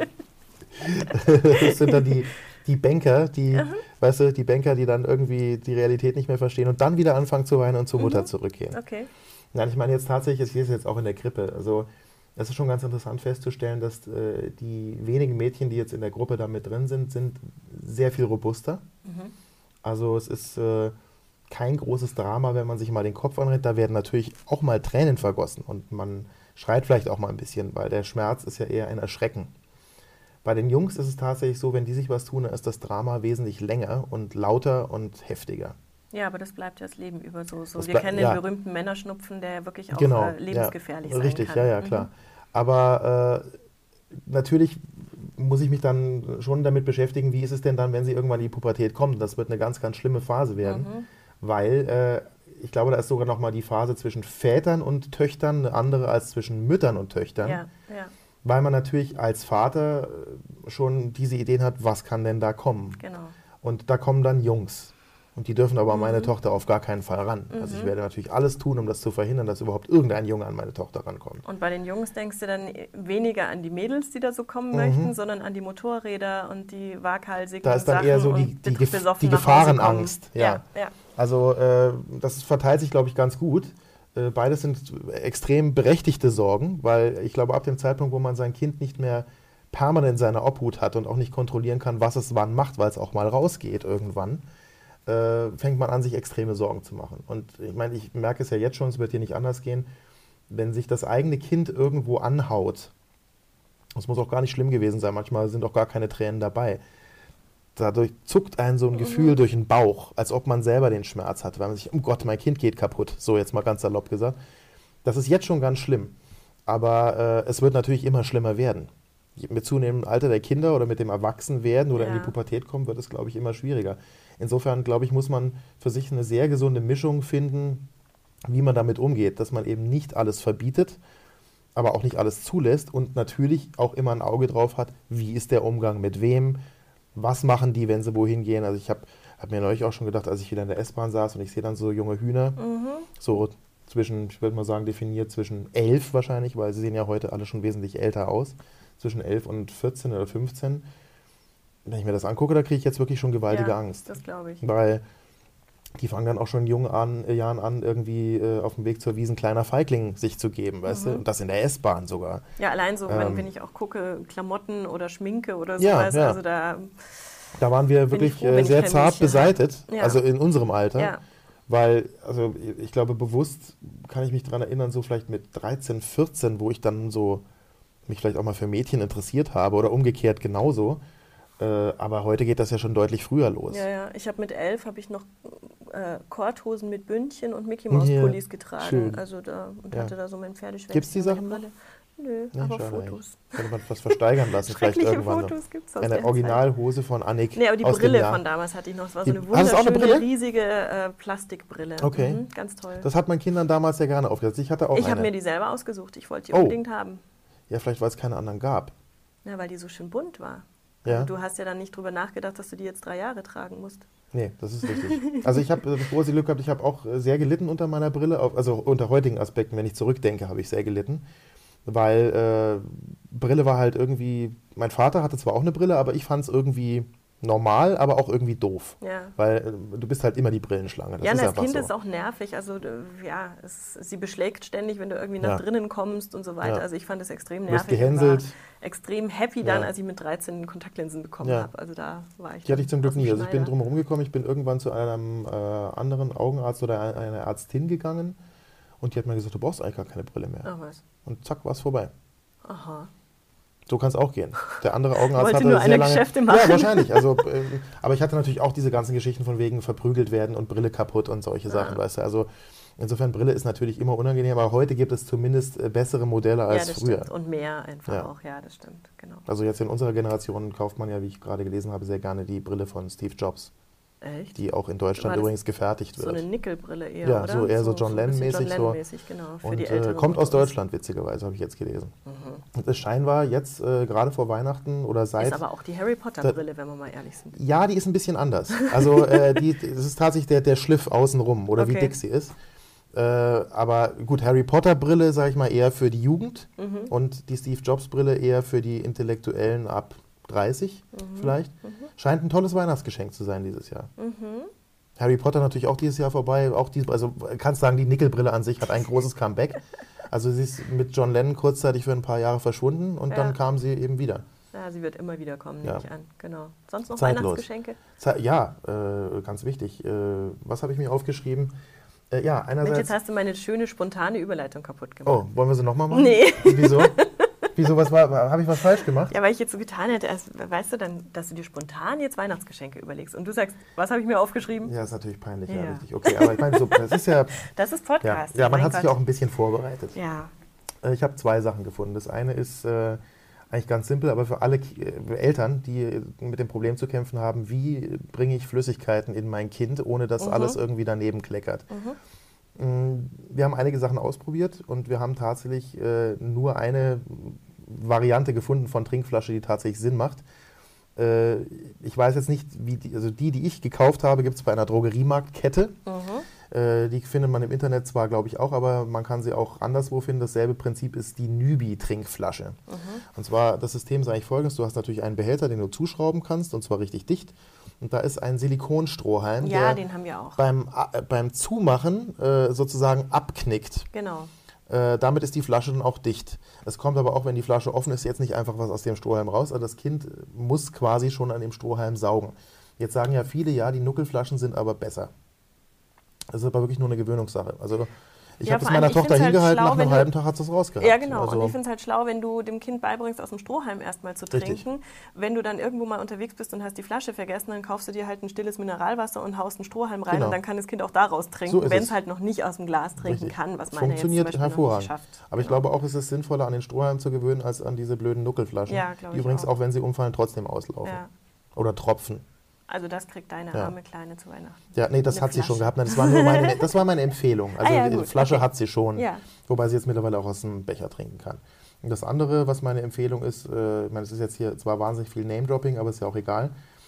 Das sind dann die Banker, weißt du, die Banker, die dann irgendwie die Realität nicht mehr verstehen und dann wieder anfangen zu weinen und zur Mutter zurückgehen. Okay. Nein, ich meine jetzt tatsächlich, ich sehe es jetzt auch in der Krippe. Also es ist schon ganz interessant festzustellen, dass die wenigen Mädchen, die jetzt in der Gruppe da mit drin sind sehr viel robuster. Also es ist kein großes Drama, wenn man sich mal den Kopf anrennt. Da werden natürlich auch mal Tränen vergossen und man schreit vielleicht auch mal ein bisschen, weil der Schmerz ist ja eher ein Erschrecken. Bei den Jungs ist es tatsächlich so, wenn die sich was tun, dann ist das Drama wesentlich länger und lauter und heftiger. Ja, aber das bleibt ja das Leben über so. Wir kennen den berühmten Männerschnupfen, der wirklich auch lebensgefährlich sein kann. Richtig, ja, klar. Aber natürlich muss ich mich dann schon damit beschäftigen, wie ist es denn dann, wenn sie irgendwann in die Pubertät kommen. Das wird eine ganz, ganz schlimme Phase werden, weil ich glaube, da ist sogar noch mal die Phase zwischen Vätern und Töchtern eine andere als zwischen Müttern und Töchtern. Ja. Weil man natürlich als Vater schon diese Ideen hat, was kann denn da kommen? Genau. Und da kommen dann Jungs. Und die dürfen aber an meine Tochter auf gar keinen Fall ran. Also ich werde natürlich alles tun, um das zu verhindern, dass überhaupt irgendein Junge an meine Tochter rankommt. Und bei den Jungs denkst du dann weniger an die Mädels, die da so kommen möchten, sondern an die Motorräder und die waghalsigen Sachen. Da ist dann eher so die Gefahrenangst. Ja. Also das verteilt sich, glaube ich, ganz gut. Beides sind extrem berechtigte Sorgen, weil ich glaube, ab dem Zeitpunkt, wo man sein Kind nicht mehr permanent in seiner Obhut hat und auch nicht kontrollieren kann, was es wann macht, weil es auch mal rausgeht irgendwann, fängt man an, sich extreme Sorgen zu machen. Und ich meine, ich merke es ja jetzt schon, es wird hier nicht anders gehen, wenn sich das eigene Kind irgendwo anhaut, das muss auch gar nicht schlimm gewesen sein, manchmal sind auch gar keine Tränen dabei, dadurch zuckt einen so ein Gefühl durch den Bauch, als ob man selber den Schmerz hat, weil man sich, oh Gott, mein Kind geht kaputt, so jetzt mal ganz salopp gesagt. Das ist jetzt schon ganz schlimm, aber es wird natürlich immer schlimmer werden. Mit zunehmendem Alter der Kinder oder mit dem Erwachsenwerden oder in die Pubertät kommen, wird es, glaube ich, immer schwieriger. Insofern, glaube ich, muss man für sich eine sehr gesunde Mischung finden, wie man damit umgeht, dass man eben nicht alles verbietet, aber auch nicht alles zulässt und natürlich auch immer ein Auge drauf hat, wie ist der Umgang mit wem, was machen die, wenn sie wohin gehen. Also ich hab mir neulich auch schon gedacht, als ich wieder in der S-Bahn saß und ich sehe dann so junge Hühner, so zwischen, ich würde mal sagen, definiert zwischen 11 wahrscheinlich, weil sie sehen ja heute alle schon wesentlich älter aus, zwischen 11 und 14 oder 15. Wenn ich mir das angucke, da kriege ich jetzt wirklich schon gewaltige Angst. Das glaube ich. Weil die fangen dann auch schon in jungen Jahren an, irgendwie auf dem Weg zur Wiesn kleiner Feigling sich zu geben, weißt du? Und das in der S-Bahn sogar. Ja, allein so, wenn ich auch gucke, Klamotten oder Schminke oder sowas, also da waren wir wirklich sehr zart beseitet, also in unserem Alter. Ja. Weil, also ich glaube, bewusst kann ich mich daran erinnern, so vielleicht mit 13, 14, wo ich dann so mich vielleicht auch mal für Mädchen interessiert habe oder umgekehrt genauso. Aber heute geht das ja schon deutlich früher los. Ja. Ich habe mit 11 noch Korthosen mit Bündchen und Mickey-Maus-Pullis getragen. Schön. Also hatte da so mein Pferdeschwänzchen. Gibt's die Sachen noch? Nö, aber Fotos. Könnte man was versteigern lassen, vielleicht irgendwann Fotos gibt's aus eine Originalhose von Annik. Nee, aber die Brille von damals hatte ich noch. Das war so eine wunderschöne, riesige Plastikbrille. Okay. Ganz toll. Das hat man Kindern damals ja gerne aufgesetzt. Ich hatte auch Ich habe mir die selber ausgesucht. Ich wollte die unbedingt haben. Ja, vielleicht, weil es keine anderen gab. Ja, weil die so schön bunt war. Ja. Also du hast ja dann nicht drüber nachgedacht, dass du die jetzt 3 Jahre tragen musst. Nee, das ist richtig. Also ich habe das große Glück gehabt, ich habe auch sehr gelitten unter meiner Brille. Also unter heutigen Aspekten, wenn ich zurückdenke, habe ich sehr gelitten. Weil Brille war halt irgendwie, mein Vater hatte zwar auch eine Brille, aber ich fand es irgendwie normal, aber auch irgendwie doof. Ja. Weil du bist halt immer die Brillenschlange. Das ja, ist das einfach Kind so. ist auch nervig. Also sie beschlägt ständig, wenn du irgendwie nach drinnen kommst und so weiter. Ja. Also ich fand es extrem Du bist nervig. gehänselt. Ich war extrem happy dann, als ich mit 13 Kontaktlinsen bekommen habe. Also da war ich. Die hatte ich zum Glück nie. Also ich bin Schneider. drum herum gekommen, ich bin irgendwann zu einem anderen Augenarzt oder einer Ärztin gegangen und die hat mir gesagt, du brauchst eigentlich gar keine Brille mehr. Ach was. Und zack, war es vorbei. Aha. So kann es auch gehen. Der andere Augenarzt wollte hatte nur sehr eine lange... Geschäfte machen. Ja, wahrscheinlich. Also, aber ich hatte natürlich auch diese ganzen Geschichten von wegen verprügelt werden und Brille kaputt und solche Sachen, weißt du. Also insofern, Brille ist natürlich immer unangenehm, aber heute gibt es zumindest bessere Modelle als das früher. Stimmt. Und mehr einfach auch. Ja, das stimmt. Genau. Also jetzt in unserer Generation kauft man ja, wie ich gerade gelesen habe, sehr gerne die Brille von Steve Jobs. Echt? Die auch in Deutschland übrigens gefertigt wird. So eine Nickelbrille eher, ja, oder? So eher so John Lennon-mäßig. Genau, für und die Älteren kommt aus Deutschland, witzigerweise, habe ich jetzt gelesen. Und es scheinbar jetzt, gerade vor Weihnachten oder seit... Ist aber auch die Harry Potter-Brille, wenn wir mal ehrlich sind. Ja, die ist ein bisschen anders. Also es ist tatsächlich der Schliff außenrum oder wie dick sie ist. Aber gut, Harry Potter-Brille, sage ich mal, eher für die Jugend und die Steve Jobs-Brille eher für die Intellektuellen ab 30 vielleicht. Scheint ein tolles Weihnachtsgeschenk zu sein dieses Jahr. Harry Potter natürlich auch dieses Jahr vorbei. Also kannst sagen, die Nickelbrille an sich hat ein großes Comeback. Also sie ist mit John Lennon kurzzeitig für ein paar Jahre verschwunden und dann kam sie eben wieder. Ja, sie wird immer wieder kommen, nehme ich an. Genau. Sonst noch Zeitlos. Weihnachtsgeschenke? Ja, ganz wichtig. Was habe ich mir aufgeschrieben? Ja, einerseits... Mensch, jetzt hast du meine schöne, spontane Überleitung kaputt gemacht. Oh, wollen wir sie nochmal machen? Nee. Wieso? Wieso, habe ich was falsch gemacht? Ja, weil ich jetzt so getan hätte, weißt du dann, dass du dir spontan jetzt Weihnachtsgeschenke überlegst. Und du sagst, was habe ich mir aufgeschrieben? Ja, ist natürlich peinlich, ja, richtig. Okay, aber ich meine, so, das ist ja... Das ist Podcast. Ja, man hat sich ja auch ein bisschen vorbereitet. Ja. Ich habe 2 Sachen gefunden. Das eine ist eigentlich ganz simpel, aber für alle Eltern, die mit dem Problem zu kämpfen haben, wie bringe ich Flüssigkeiten in mein Kind, ohne dass alles irgendwie daneben kleckert. Wir haben einige Sachen ausprobiert und wir haben tatsächlich nur eine Variante gefunden von Trinkflasche, die tatsächlich Sinn macht. Ich weiß jetzt nicht, wie die ich gekauft habe, gibt es bei einer Drogeriemarktkette. Die findet man im Internet zwar, glaube ich, auch, aber man kann sie auch anderswo finden. Dasselbe Prinzip ist die Nübi-Trinkflasche. Und zwar, das System ist eigentlich folgendes. Du hast natürlich einen Behälter, den du zuschrauben kannst, und zwar richtig dicht. Und da ist ein Silikonstrohhalm, der den haben wir auch. Beim Zumachen sozusagen abknickt. Genau. Damit ist die Flasche dann auch dicht. Es kommt aber auch, wenn die Flasche offen ist, jetzt nicht einfach was aus dem Strohhalm raus. Also das Kind muss quasi schon an dem Strohhalm saugen. Jetzt sagen ja viele, ja, die Nuckelflaschen sind aber besser. Das ist aber wirklich nur eine Gewöhnungssache. Also ich habe es meiner Tochter hingehalten, nach einem halben Tag hat sie es rausgehabt. Ja, genau. Also, und ich finde es halt schlau, wenn du dem Kind beibringst, aus dem Strohhalm erstmal zu trinken. Richtig. Wenn du dann irgendwo mal unterwegs bist und hast die Flasche vergessen, dann kaufst du dir halt ein stilles Mineralwasser und haust einen Strohhalm rein, genau. Und dann kann das Kind auch daraus trinken, So wenn es halt noch nicht aus dem Glas trinken kann, was meine funktioniert jetzt zum Beispiel hervorragend. noch nicht schafft. Aber ich glaube auch, es ist sinnvoller, an den Strohhalm zu gewöhnen, als an diese blöden Nuckelflaschen, Ja, die übrigens auch, wenn sie umfallen, trotzdem auslaufen. Ja. Oder tropfen. Also das kriegt deine arme Kleine zu Weihnachten. Ja, nee, das Eine hat sie schon Flasche. gehabt. Nein, das war meine Empfehlung. Also die Flasche hat sie schon, wobei sie jetzt mittlerweile auch aus dem Becher trinken kann. Und das andere, was meine Empfehlung ist, ich meine, es ist jetzt hier zwar wahnsinnig viel Name-Dropping, aber ist ja auch egal.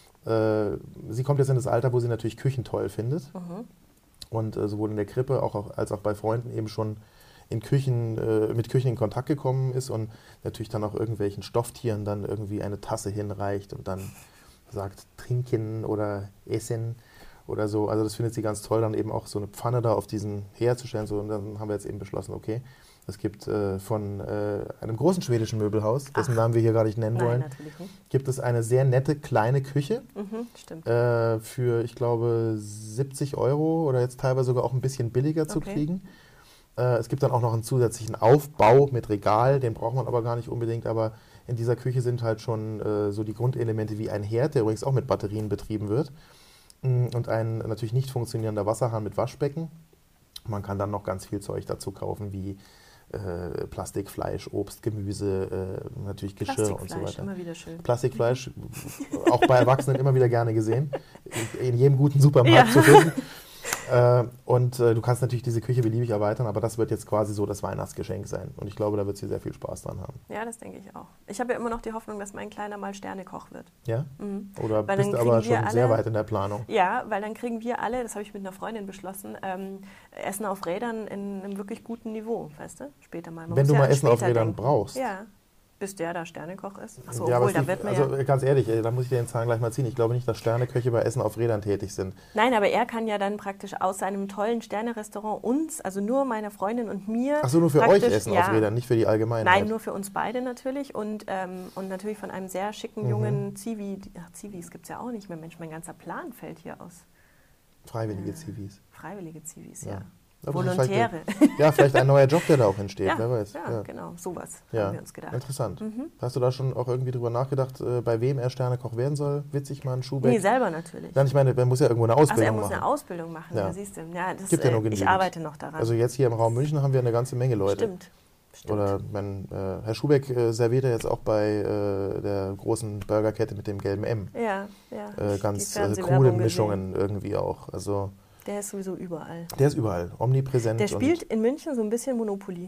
Sie kommt jetzt in das Alter, wo sie natürlich Küchen toll findet. Und sowohl in der Krippe als auch bei Freunden eben schon mit Küchen in Kontakt gekommen ist und natürlich dann auch irgendwelchen Stofftieren dann irgendwie eine Tasse hinreicht und dann sagt trinken oder essen oder so. Also das findet sie ganz toll, dann eben auch so eine Pfanne da auf diesen Herd zu stellen. So, und dann haben wir jetzt eben beschlossen, okay, es gibt von einem großen schwedischen Möbelhaus, dessen Namen wir hier gar nicht nennen wollen, natürlich nicht. gibt es eine sehr nette kleine Küche Stimmt. für, ich glaube, 70 € oder jetzt teilweise sogar auch ein bisschen billiger zu kriegen. Es gibt dann auch noch einen zusätzlichen Aufbau mit Regal, den braucht man aber gar nicht unbedingt, aber in dieser Küche sind halt schon so die Grundelemente wie ein Herd, der übrigens auch mit Batterien betrieben wird, und ein natürlich nicht funktionierender Wasserhahn mit Waschbecken. Man kann dann noch ganz viel Zeug dazu kaufen, wie Plastikfleisch, Obst, Gemüse, natürlich Geschirr und so weiter. Immer wieder schön. Plastikfleisch, auch bei Erwachsenen immer wieder gerne gesehen, in jedem guten Supermarkt zu finden. Und du kannst natürlich diese Küche beliebig erweitern, aber das wird jetzt quasi so das Weihnachtsgeschenk sein. Und ich glaube, da wird sie sehr viel Spaß dran haben. Ja, das denke ich auch. Ich habe ja immer noch die Hoffnung, dass mein Kleiner mal Sternekoch wird. Ja? Oder bist du aber schon sehr weit in der Planung? Ja, weil dann kriegen wir alle, das habe ich mit einer Freundin beschlossen, Essen auf Rädern in einem wirklich guten Niveau, weißt du? Später mal. Wenn du mal Essen auf Rädern brauchst. Ja. Bis der da Sternekoch ist. Achso, ja, obwohl, da wird man also ganz ehrlich, da muss ich dir den Zahlen gleich mal ziehen. Ich glaube nicht, dass Sterneköche bei Essen auf Rädern tätig sind. Nein, aber er kann ja dann praktisch aus seinem tollen Sternerestaurant uns, also nur meiner Freundin und mir... Ach so, nur für euch Essen auf Rädern, nicht für die Allgemeinheit? Nein, nur für uns beide natürlich und natürlich von einem sehr schicken jungen Zivi. Ach, Zivis gibt es ja auch nicht mehr. Mensch, mein ganzer Plan fällt hier aus. Freiwillige Zivis. Freiwillige Zivis, ja. Aber Volontäre. Vielleicht ein neuer Job, der da auch entsteht, wer weiß. Ja, genau, sowas haben wir uns gedacht. Interessant. Hast du da schon auch irgendwie drüber nachgedacht, bei wem er Sternekoch werden soll? Witzigmann, Schubeck? Nee, selber natürlich. Nein, ich meine, er muss ja irgendwo eine Ausbildung machen. Also er muss eine Ausbildung machen, ja. Da siehst du. Ja, das, Gibt ja nur genügend. Ich arbeite noch daran. Also jetzt hier im Raum München haben wir eine ganze Menge Leute. Stimmt. Oder Herr Schubeck serviert ja jetzt auch bei der großen Burgerkette mit dem gelben M. Ja. Ganz coole Mischungen irgendwie auch. Also der ist sowieso überall. Der ist überall, omnipräsent. Der spielt in München so ein bisschen Monopoly.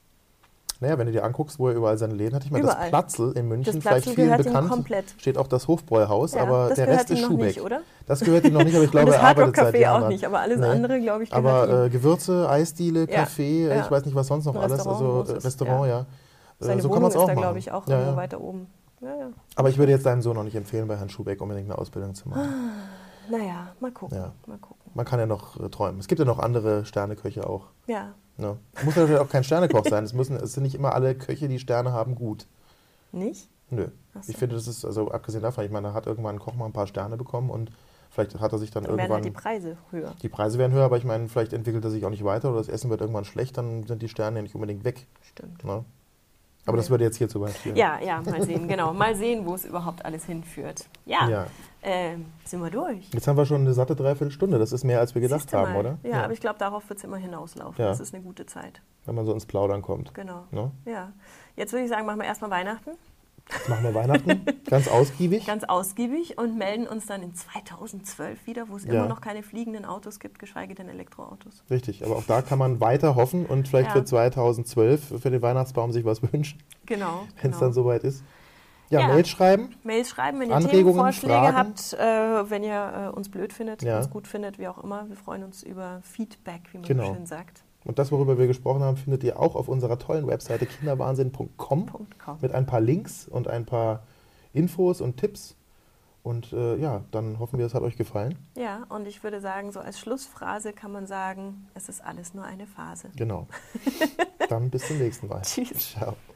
Naja, wenn du dir anguckst, wo er überall seine Läden hat, ich meine, das Platzl in München, das vielleicht vielen bekannt, steht auch das Hofbräuhaus, aber der Rest ist Schubeck. Nicht, oder? Das gehört ihm noch nicht, aber ich glaube, er arbeitet seit Café Jahren. auch nicht, aber alles andere, glaube ich, gehört ihm. Aber Gewürze, Eisdiele, Kaffee, ja. Ich weiß nicht, was sonst noch alles, also Restaurant, ja. Seine so Wohnung kann man es auch ist da, machen. glaube ich, auch irgendwo weiter oben. Ja. Aber ich würde jetzt deinem Sohn noch nicht empfehlen, bei Herrn Schubeck unbedingt eine Ausbildung zu machen. Naja, mal gucken. Man kann ja noch träumen. Es gibt ja noch andere Sterneköche auch. Ja. Ne? Muss natürlich auch kein Sternekoch sein. Es sind nicht immer alle Köche, die Sterne haben, gut. Nicht? Nö. So. Ich finde, das ist, also abgesehen davon, ich meine, da hat irgendwann ein Koch mal ein paar Sterne bekommen und vielleicht hat er sich dann irgendwann... werden halt die Preise höher. Die Preise werden höher, aber ich meine, vielleicht entwickelt er sich auch nicht weiter oder das Essen wird irgendwann schlecht, dann sind die Sterne ja nicht unbedingt weg. Stimmt. Ne? Aber das würde jetzt hier zu weit führen. Ja, mal sehen, genau. Mal sehen, wo es überhaupt alles hinführt. Ja. Sind wir durch. Jetzt haben wir schon eine satte Dreiviertelstunde. Das ist mehr, als wir gedacht haben, oder? Ja, aber ich glaube, darauf wird es immer hinauslaufen. Das ist eine gute Zeit. Wenn man so ins Plaudern kommt. Genau. Ne? Ja. Jetzt würde ich sagen, machen wir erstmal Weihnachten. Jetzt machen wir Weihnachten. Ganz ausgiebig. Ganz ausgiebig und melden uns dann in 2012 wieder, wo es immer noch keine fliegenden Autos gibt, geschweige denn Elektroautos. Richtig, aber auch da kann man weiter hoffen und vielleicht für 2012 für den Weihnachtsbaum sich was wünschen. Genau. Wenn es dann soweit ist. Ja, Mails schreiben. Mails schreiben, wenn ihr Anregungen, Themenvorschläge Fragen. habt, wenn ihr uns blöd findet, uns gut findet, wie auch immer. Wir freuen uns über Feedback, wie man so schön sagt. Und das, worüber wir gesprochen haben, findet ihr auch auf unserer tollen Webseite kinderwahnsinn.com mit ein paar Links und ein paar Infos und Tipps. Und dann hoffen wir, es hat euch gefallen. Ja, und ich würde sagen, so als Schlussphrase kann man sagen, es ist alles nur eine Phase. Genau. Dann bis zum nächsten Mal. Tschüss. Ciao.